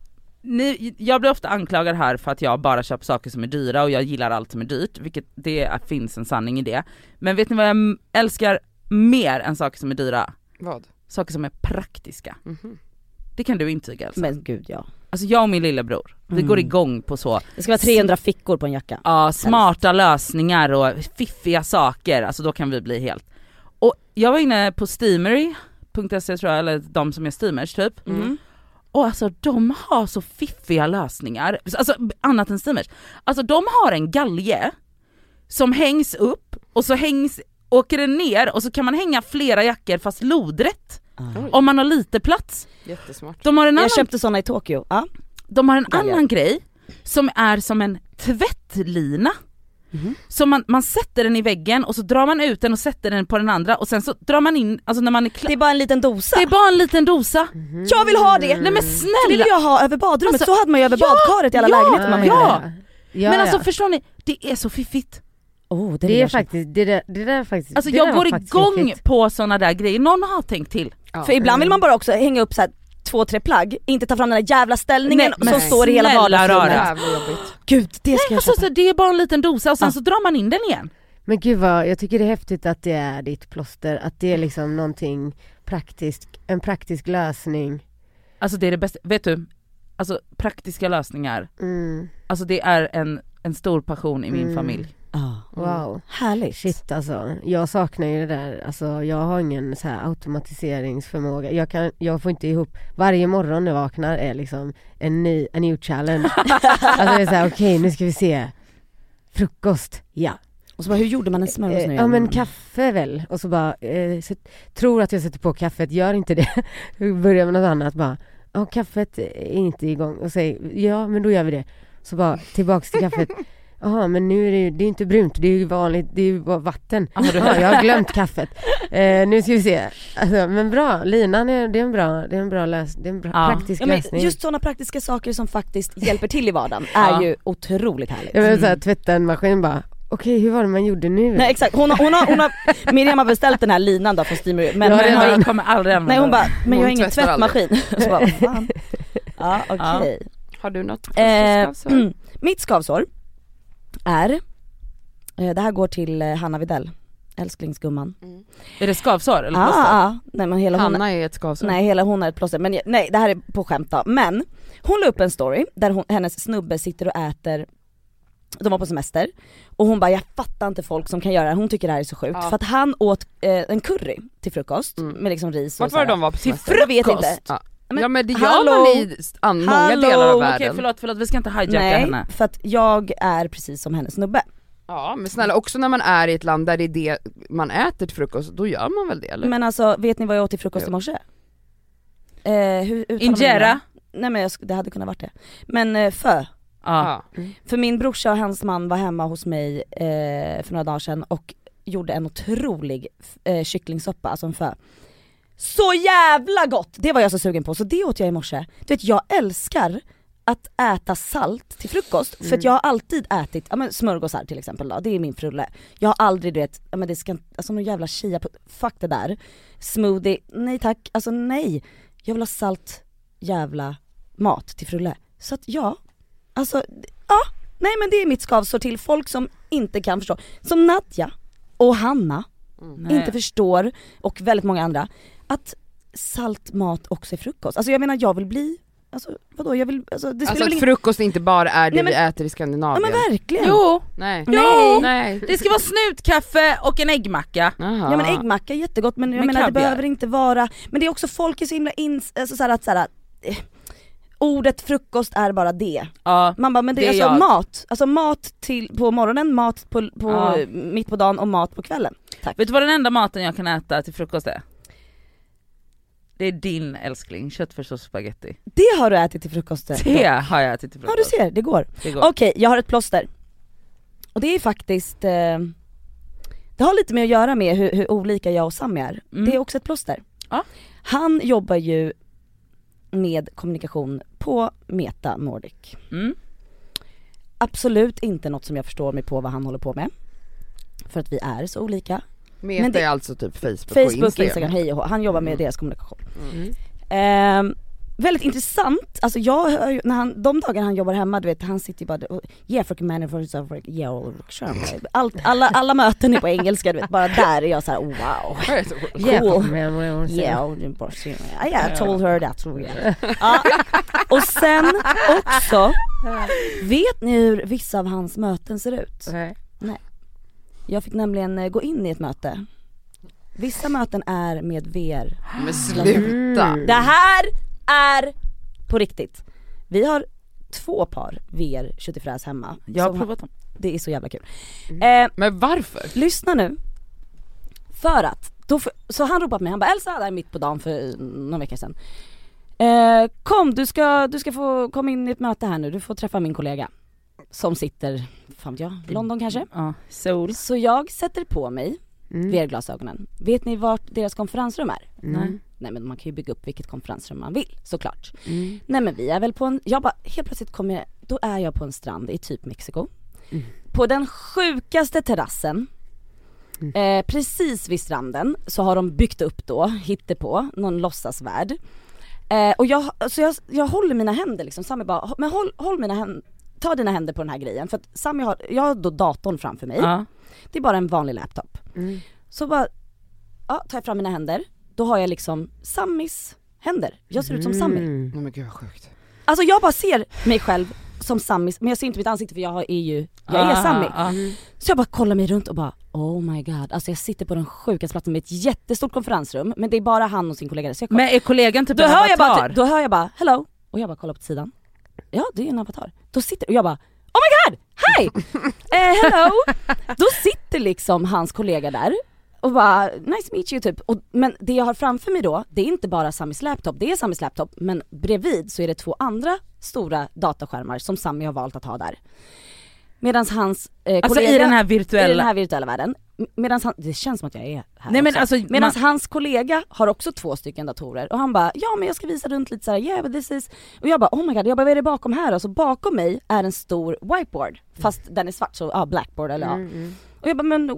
ni, jag blir ofta anklagad här för att jag bara köper saker som är dyra och jag gillar allt som är dyrt, vilket det är, finns en sanning i det. Men vet ni vad jag m- älskar mer än saker som är dyra? Vad? Saker som är praktiska. Mhm. Det kan du intyga Elsa. Men gud ja. Alltså jag och min lillebror, vi Mm. går igång på så Det ska vara trehundra fickor på en jacka. ja, smarta lösningar och fiffiga saker, alltså då kan vi bli helt. Och jag var inne på steamery punkt se tror jag, eller de som är steamers typ. Mm. Och alltså de har så fiffiga lösningar, alltså annat än steamers. Alltså de har en galge som hängs upp och så hängs, åker den ner och så kan man hänga flera jackor fast lodrätt. Oj. Om man har lite plats. Jättesmart. De har en annan, Jag köpte såna i Tokyo. Ja. de har en Galgar. annan grej som är som en tvättlina. Mhm. Så man, man sätter den i väggen och så drar man ut den och sätter den på den andra och sen så drar man in, alltså när man är klar. Det är bara en liten dosa. Det är bara en liten dosa. Jag vill ha det! Nej men Det snälla. ville jag ha över badrummet, Alltså, så hade man ju över ja, badkaret i alla ja, lägenheter man ville. ja. Ja, men ja. alltså förstår ni, det är så fiffigt. Oh, det det vill är jag köpa. faktiskt, det där, det där är faktiskt Alltså det jag där går var faktiskt igång fiffigt. på såna där grejer, någon har tänkt till. Ja. För ibland vill man bara också hänga upp så här två, tre plagg, inte ta fram den där jävla ställningen Nej, som men står i hela snälla vardagsrummet. rara. Jävla jobbigt. Gud, det ska jag Alltså köpa. så det är bara en liten dosa och sen Ja. så drar man in den igen. Men gud vad, jag tycker det är häftigt att det är ditt plåster, att det är liksom någonting praktiskt, en praktisk lösning. Alltså det är det bästa, vet du, alltså praktiska lösningar, Mm. alltså det är en, en stor passion i min Mm. familj. Ah, Wow. härligt. Shit alltså, jag saknar ju det där, alltså jag har ingen så här automatiseringsförmåga. Jag, kan, jag får inte ihop, varje morgon när jag vaknar är liksom en ny, en new challenge. Alltså det är såhär, okej okay, nu ska vi se, frukost, ja. Och så bara, hur gjorde man en smörgås nu Eh, igen? ja men kaffe väl, och så bara, eh, set, tror att jag sätter på kaffet, gör inte det. Börjar med något annat bara, ja kaffet är inte igång, och säger, ja men då gör vi det. Så bara, tillbaks till kaffet. Jaha, men nu är det ju, det är inte brunt, det är ju vanligt, det är ju bara vatten. Ja, du- Ja, jag har glömt kaffet. Eh, nu ska vi se. Alltså, men bra, linan är, det är en bra, det är en bra lös, det är en bra Ja. praktisk Ja, men lösning. just sådana praktiska saker som faktiskt hjälper till i vardagen är Ja. ju otroligt härligt. Jag vill såhär, tvätta en maskin bara, okej hur var det man gjorde nu? Nej exakt, hon har, hon har, hon har, Miriam har beställt den här linan då från Steamer, men, Ja, men det har har jag ing- kommer aldrig använda nej hon bara, men jag har Hon ingen tvättar tvättmaskin. Och så bara, vad fan. Ja okej. Har du något Eh, skavsår? mm, mitt skavsår är, eh, det här går till eh, Hanna Videll, älsklingsgumman. Är det skavsår eller Ah, plåster? ah, nej men hela hon, Hanna är ett skavsår. nej hela hon är ett plåster, men jag- nej det här är på skämt då. Men hon la upp en story där hon, hennes snubbe sitter och äter, de var på semester, och hon bara, jag fattar inte folk som kan göra det här. Hon tycker det här är så sjukt, Ja. för att han åt eh, en curry till frukost Mm. med liksom ris och Vart var det så här. de var på Till semester? Jag vet inte. Ja. Men ja men det gör hallå? man i an- många Hallå? delar av Okej världen. förlåt, förlåt, vi ska inte hijacka Nej, henne. för att jag är precis som hennes snubbe. Ja men snälla, också när man är i ett land där det är det man äter till frukost, då gör man väl det eller? Men alltså, vet ni vad jag åt till frukost Jo. i morse? Eh, hur uttalar man Injera? det? Nej men jag, sk- det hade kunnat varit det. Men eh, fö. Ja. Ja. För min brorsa och hans man var hemma hos mig eh, för några dagar sedan och gjorde en otrolig eh, kycklingsoppa, alltså en fö. Så jävla gott! Det var jag så sugen på, så det åt jag i morse. Du vet, jag älskar att äta salt till frukost, för att jag har alltid ätit, ja men smörgåsar till exempel då, det är min frulle. Jag har aldrig, du vet, ja men det ska inte, alltså någon jävla chia på, fuck det där. Smoothie, nej tack, alltså nej. Jag vill ha salt jävla mat till frulle. Så att ja, Alltså, ja, nej men det är mitt skavsår till folk som inte kan förstå. Som Nadja och Hanna mm. inte förstår, och väldigt många andra, att salt mat också är frukost. Alltså jag menar, jag vill bli, alltså vadå, jag vill, alltså det Alltså att ing... frukost inte bara är det nej, men... vi äter i Skandinavien. Ja men verkligen. Jo. Nej. Jo. Nej. Det ska vara snutkaffe och en äggmacka. Aha. Ja men äggmacka är jättegott, men jag men menar kaviar. det behöver inte vara, men det är också folk är så himla in, alltså så här, att så här, eh, ordet frukost är bara det. Ja, Man bara, men det, det är är alltså jag. mat, alltså mat till, på morgonen, mat på, på Ja. mitt på dagen och mat på kvällen. Tack. Vet du vad den enda maten jag kan äta till frukost är? Det är din älskling, köttfärssås och spaghetti. Det har du ätit till frukost. Det har jag ätit till Ja frukost. du ser, det går. Det går. Okej, jag har ett plåster. Och det är faktiskt, eh, det har lite med att göra med hur, hur olika jag och Sami är. Mm. Det är också ett plåster. Ja. Han jobbar ju med kommunikation på Meta Nordic. Mm. Absolut inte något som jag förstår mig på vad han håller på med. För att vi är så olika. Meta Men det- är alltså typ Facebook, Facebook, och Instagram. Instagram, hej och hå. Han jobbar med deras kommunikation. Mm. Ehm, väldigt intressant, alltså jag hör ju, när han, de dagar han jobbar hemma, du vet, han sitter ju bara och, yeah, for manager, for, yeah, sure. Allt, alla, alla möten är på engelska, du vet, bara där är jag såhär, wow. Yeah, Cool. men vad jag säger. Yeah, och bara, yeah, I told her that. So yeah. Ja. Och sen också, vet ni hur vissa av hans möten ser ut? Nej. Jag fick nämligen eh, gå in i ett möte. Vissa möten är med V R. Men sluta. Mm. Det här är på riktigt. Vi har två par V R köttifräs hemma. Jag har som provat dem. Det är så jävla kul. Eh, Men varför? lyssna nu. För att, då för, så han ropade på mig, han bara, Elsa, där mitt på dagen för någon vecka sedan. Eh, kom, du ska, du ska få komma in i ett möte här nu, du får träffa min kollega. Som sitter, fan vet jag, London kanske. Ja, Seoul. Så jag sätter på mig Mm. V R-glasögonen. Vet ni vart deras konferensrum är? Mm. Nej men man kan ju bygga upp vilket konferensrum man vill, såklart. Mm. Nej men vi är väl på en, jag bara, helt plötsligt kommer jag, då är jag på en strand i typ Mexiko. Mm. På den sjukaste terrassen, Mm. eh, precis vid stranden, så har de byggt upp då, hittepå, någon låtsasvärld. Eh, och jag, så jag, jag håller mina händer liksom, Sami bara, men håll, håll mina händer, ta dina händer på den här grejen. För att Sami har, jag har då datorn framför mig. Ja. Det är bara en vanlig laptop. Mm. Så bara, ja, tar jag fram mina händer, då har jag liksom Samis händer. Jag ser ut som Sami. Mm. Nej men gud vad sjukt. Alltså jag bara ser mig själv som Samis, men jag ser inte mitt ansikte för jag har- är ju, jag är Ah, Sami. ah. Så jag bara kollar mig runt och bara, oh my god, alltså jag sitter på den sjukaste platsen med ett jättestort konferensrum, men det är bara han och sin kollega. Så jag Men är kollegan typ då, en hör jag avatar? bara, då hör jag bara, hello, och jag bara kollar på sidan. Ja, det är en avatar. Då sitter, och jag bara, oh my god, hi! eh, hello! Då sitter liksom hans kollega där och bara, nice to meet you typ. Och, men det jag har framför mig då, det är inte bara Samis laptop, det är Samis laptop, men bredvid så är det två andra stora dataskärmar som Sami har valt att ha där. Medan hans eh, Alltså kollega, i den här virtuella... i den här virtuella världen, medan han, det känns som att jag är här Nej men också. alltså, Medan man... hans kollega har också två stycken datorer och han bara, ja men jag ska visa runt lite såhär, yeah but this is, och jag bara oh my god, jag bara vad är det bakom här? Och så bakom mig är en stor whiteboard, fast den är svart, så ja, blackboard eller ja. Mm, mm. Och jag bara, men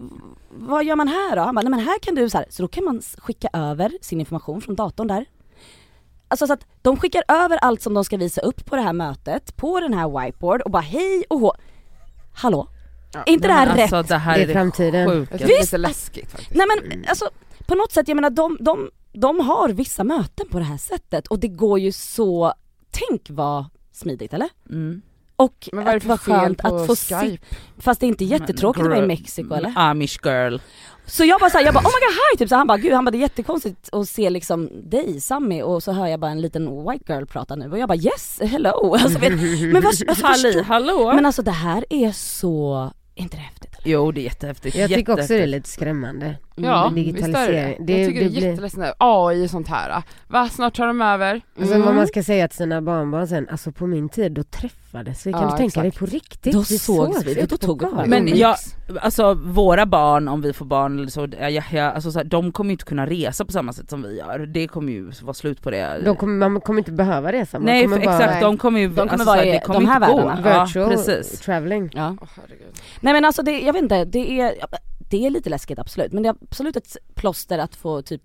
vad gör man här då? Han bara, nej men här kan du så här, så då kan man skicka över sin information från datorn där. Alltså så att de skickar över allt som de ska visa upp på det här mötet, på den här whiteboard och bara hej och hå. Hallå? Ja, är inte det här men rätt? alltså, det här Det är är det framtiden. Jag sjukaste. tycker det är Visst, lite läskigt faktiskt. Nej men alltså på något sätt, jag menar de, de, de har vissa möten på det här sättet och det går ju så, tänk vad smidigt eller? Mm. Och Men vad är det att för vara fel skönt på att få Skype? sitta, fast det är inte jättetråkigt att vara i Mexiko eller? Amish girl. Så jag bara såhär, jag bara oh my god hi typ, så han bara gud, han bara det är jättekonstigt att se liksom dig Sami, och så hör jag bara en liten white girl prata nu och jag bara yes hello alltså, vet, men vad, alltså, Halli, förstå, hallå? men alltså det här är så, är inte det häftigt? Jo det är jättehäftigt. Jag tycker också det är Jättehäftigt. lite skrämmande. Ja, Mm, visst är det det. digitalisering. Det- Jag tycker det det är blir- jätteledsen. A I och sånt här. Va, snart tar de över. Alltså Mm. vad man ska säga till sina barnbarn sen, alltså på min tid då träffades vi, kan Ja, du tänka dig exakt. på riktigt? Då Vi sågs vi, ute då på tog vi på gatan. Men Umgicks. jag, alltså våra barn, om vi får barn eller så, jag, jag, alltså, så här, de kommer ju inte kunna resa på samma sätt som vi gör. Det kommer ju vara slut på det. De kommer, man kommer inte behöva resa, man Nej kommer för bara exakt, de kommer ju De kommer alltså, vara så här, i det kommer de här inte gå. världarna. virtual Ja, precis. Ja. traveling. Åh, herregud. Nej men alltså det, jag vet inte, det är, det är lite läskigt absolut, men det är absolut ett plåster att få typ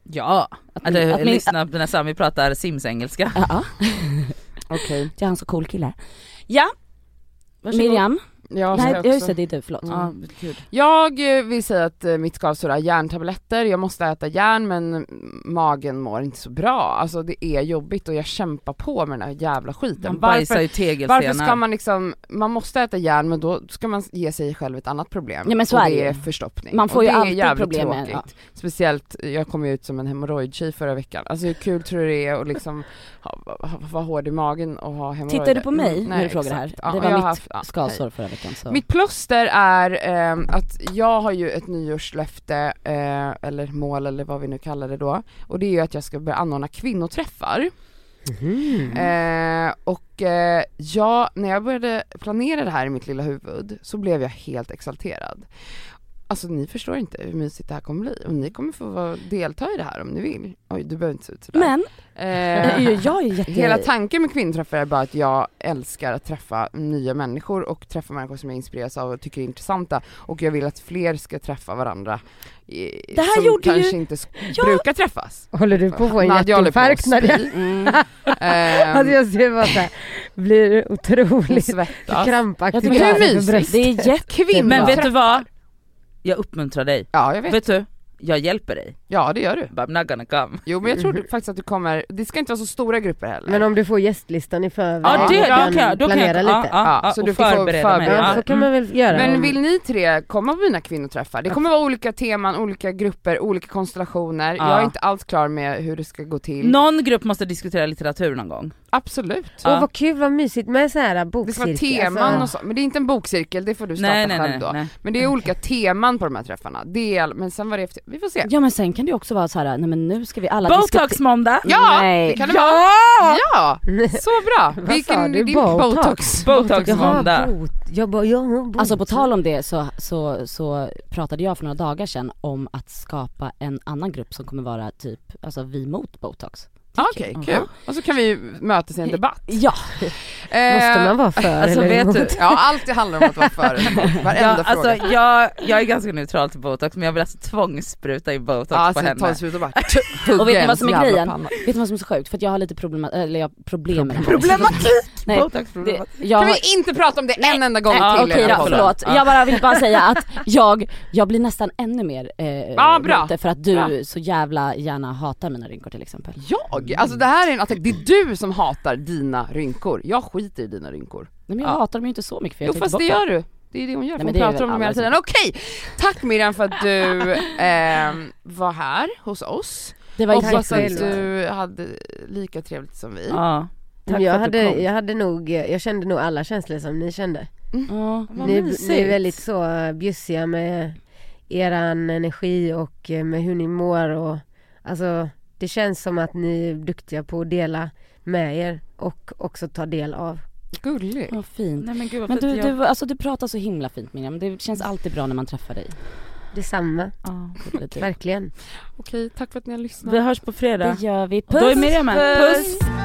Ja, att, att, att att min, lyssna när Sami pratar Sims-engelska. Ja. Okej. Okay. Jag är en så cool kille. Ja, Varsågod. Miriam. Jag Nej, också. just det, det är du, förlåt. Mm. Ja, kul. Jag vill säga att mitt skavsår är järntabletter. Jag måste äta järn, men magen mår inte så bra. Alltså det är jobbigt och jag kämpar på med den här jävla skiten. Man bajsar ju tegelstenar. Varför ska man liksom, man måste äta järn, men då ska man ge sig själv ett annat problem. Ja, men så och är det det. är förstoppning. Man får och ju det är alltid jävligt problem med, tråkigt. ja. Speciellt, jag kom ju ut som en hemorrojdtjej förra veckan. Alltså hur kul tror du det är att liksom vara hård i magen och ha hemorrojder? Tittar du på mig Mm, när nej, du frågar det här? exakt. Ja, det var jag mitt har haft- ja, skavsår förra veckan. Så. Mitt plåster är eh, att jag har ju ett nyårslöfte eh, eller mål eller vad vi nu kallar det då, och det är ju att jag ska börja anordna kvinnoträffar. Mm. Eh, och eh, jag, när jag började planera det här i mitt lilla huvud så blev jag helt exalterad. Alltså ni förstår inte hur mysigt det här kommer bli, och ni kommer få vara, delta i det här om ni vill. Oj, du behöver inte se ut sådär. Men, eh, jag är jätte... Hela tanken med kvinnoträffar är bara att jag älskar att träffa nya människor och träffa människor som jag inspireras av och tycker är intressanta, och jag vill att fler ska träffa varandra i, Det här som gjorde kanske ju- inte sk- Ja. brukar träffas. Håller du på att få en Nadja håller på att hjärtinfarkt Nadja? spy. Mm. Ehm, Alltså jag ser bara såhär, blir hon otroligt svettas. krampaktigt. Jag tycker det är för mysigt. bröstet. Det är jätte... Men vet du vad? Jag uppmuntrar dig. Ja, jag vet. Vet du? Jag hjälper dig. Ja, det gör du. But I'm not gonna come. Jo, men jag tror du, faktiskt att du kommer, det ska inte vara så stora grupper heller. Men om du får gästlistan i förväg, Ja, det, Ja, då kan kan jag, då kan planera jag, lite. ja, ja, Ja, ja, så och du får förbereda mig. förbereda. Ja, så kan man väl göra. Men om- vill ni tre komma på mina kvinnoträffar? Det kommer vara olika teman, olika grupper, olika konstellationer. Ja. Jag är inte alls klar med hur det ska gå till. Någon grupp måste diskutera litteratur någon gång. Absolut. Åh Ja. vad kul, vad mysigt med så här Det ska vara bokcirkel. teman alltså. och så, men det är inte en bokcirkel, det får du starta Nej, nej, själv nej, då. nej. Men det är olika teman på de här träffarna. Det är, men sen var det efter, vi får se. Ja, men sen kan det också vara så här, nej men nu ska vi alla Botox-måndag! Ja, Nej. det kan det Ja! vara. Ja, så bra. Vad sa Vilken du? är din Botox? botox? Botox-måndag. Jaha, bot. Jag bara, ja, bot. Alltså på tal om det så, så, så pratade jag för några dagar sedan om att skapa en annan grupp som kommer vara typ, alltså vi mot botox. Okej, okay, kul. Och så kan vi mötas i en debatt. Ja. Måste man vara för Alltså eller vet emot? du, Ja, allt det handlar om att vara för. Varenda ja, fråga. alltså, jag, jag är ganska neutral till botox, men jag vill alltså tvångsspruta i botox Ja, på alltså, henne. ta en slut och bara Och vet ni vad som är jävla grejen? panna. Vet du vad som är så sjukt? För att jag har lite problem, eller jag har problem med det här. Problematik! Nej, Botox-problematik. det, jag Kan har, vi inte prata om det en enda gång Ja, till? okej i den då, här podden? förlåt. Ja. Jag bara vill bara säga att jag, jag blir nästan ännu mer eh, Ja, bra. mot det för att du Bra. så jävla gärna hatar mina rynkor till exempel. Jag? Alltså det här är en attack, det är du som hatar dina rynkor. Jag skiter i dina rynkor. Nej, men jag Ja. hatar dem ju inte så mycket för jag Jo tar fast inte det bort gör du. Det är det hon gör, Nej, för men hon det är pratar väl om dem hela alla tiden. Okej, tack Miriam för att du ehm, var här hos oss. dem. Det var Hoppas jätte- att du hade lika trevligt som vi. Ja. Tack Men jag, för att du hade, kom. jag hade nog, jag kände nog alla känslor som ni kände. Ja. Vad Ni, mysigt. ni är väldigt så bjussiga med eran energi och med hur ni mår, och alltså det känns som att ni är duktiga på att dela med er och också ta del av. Gullig. Vad fint. Nej men gud vad Men fint. du, jag... du, alltså, du pratar så himla fint Miriam, det känns alltid bra när man träffar dig. Detsamma, Ja. Det verkligen. Okej, tack för att ni har lyssnat. Vi hörs på fredag. gör vi. Då är Miriam med. Puss!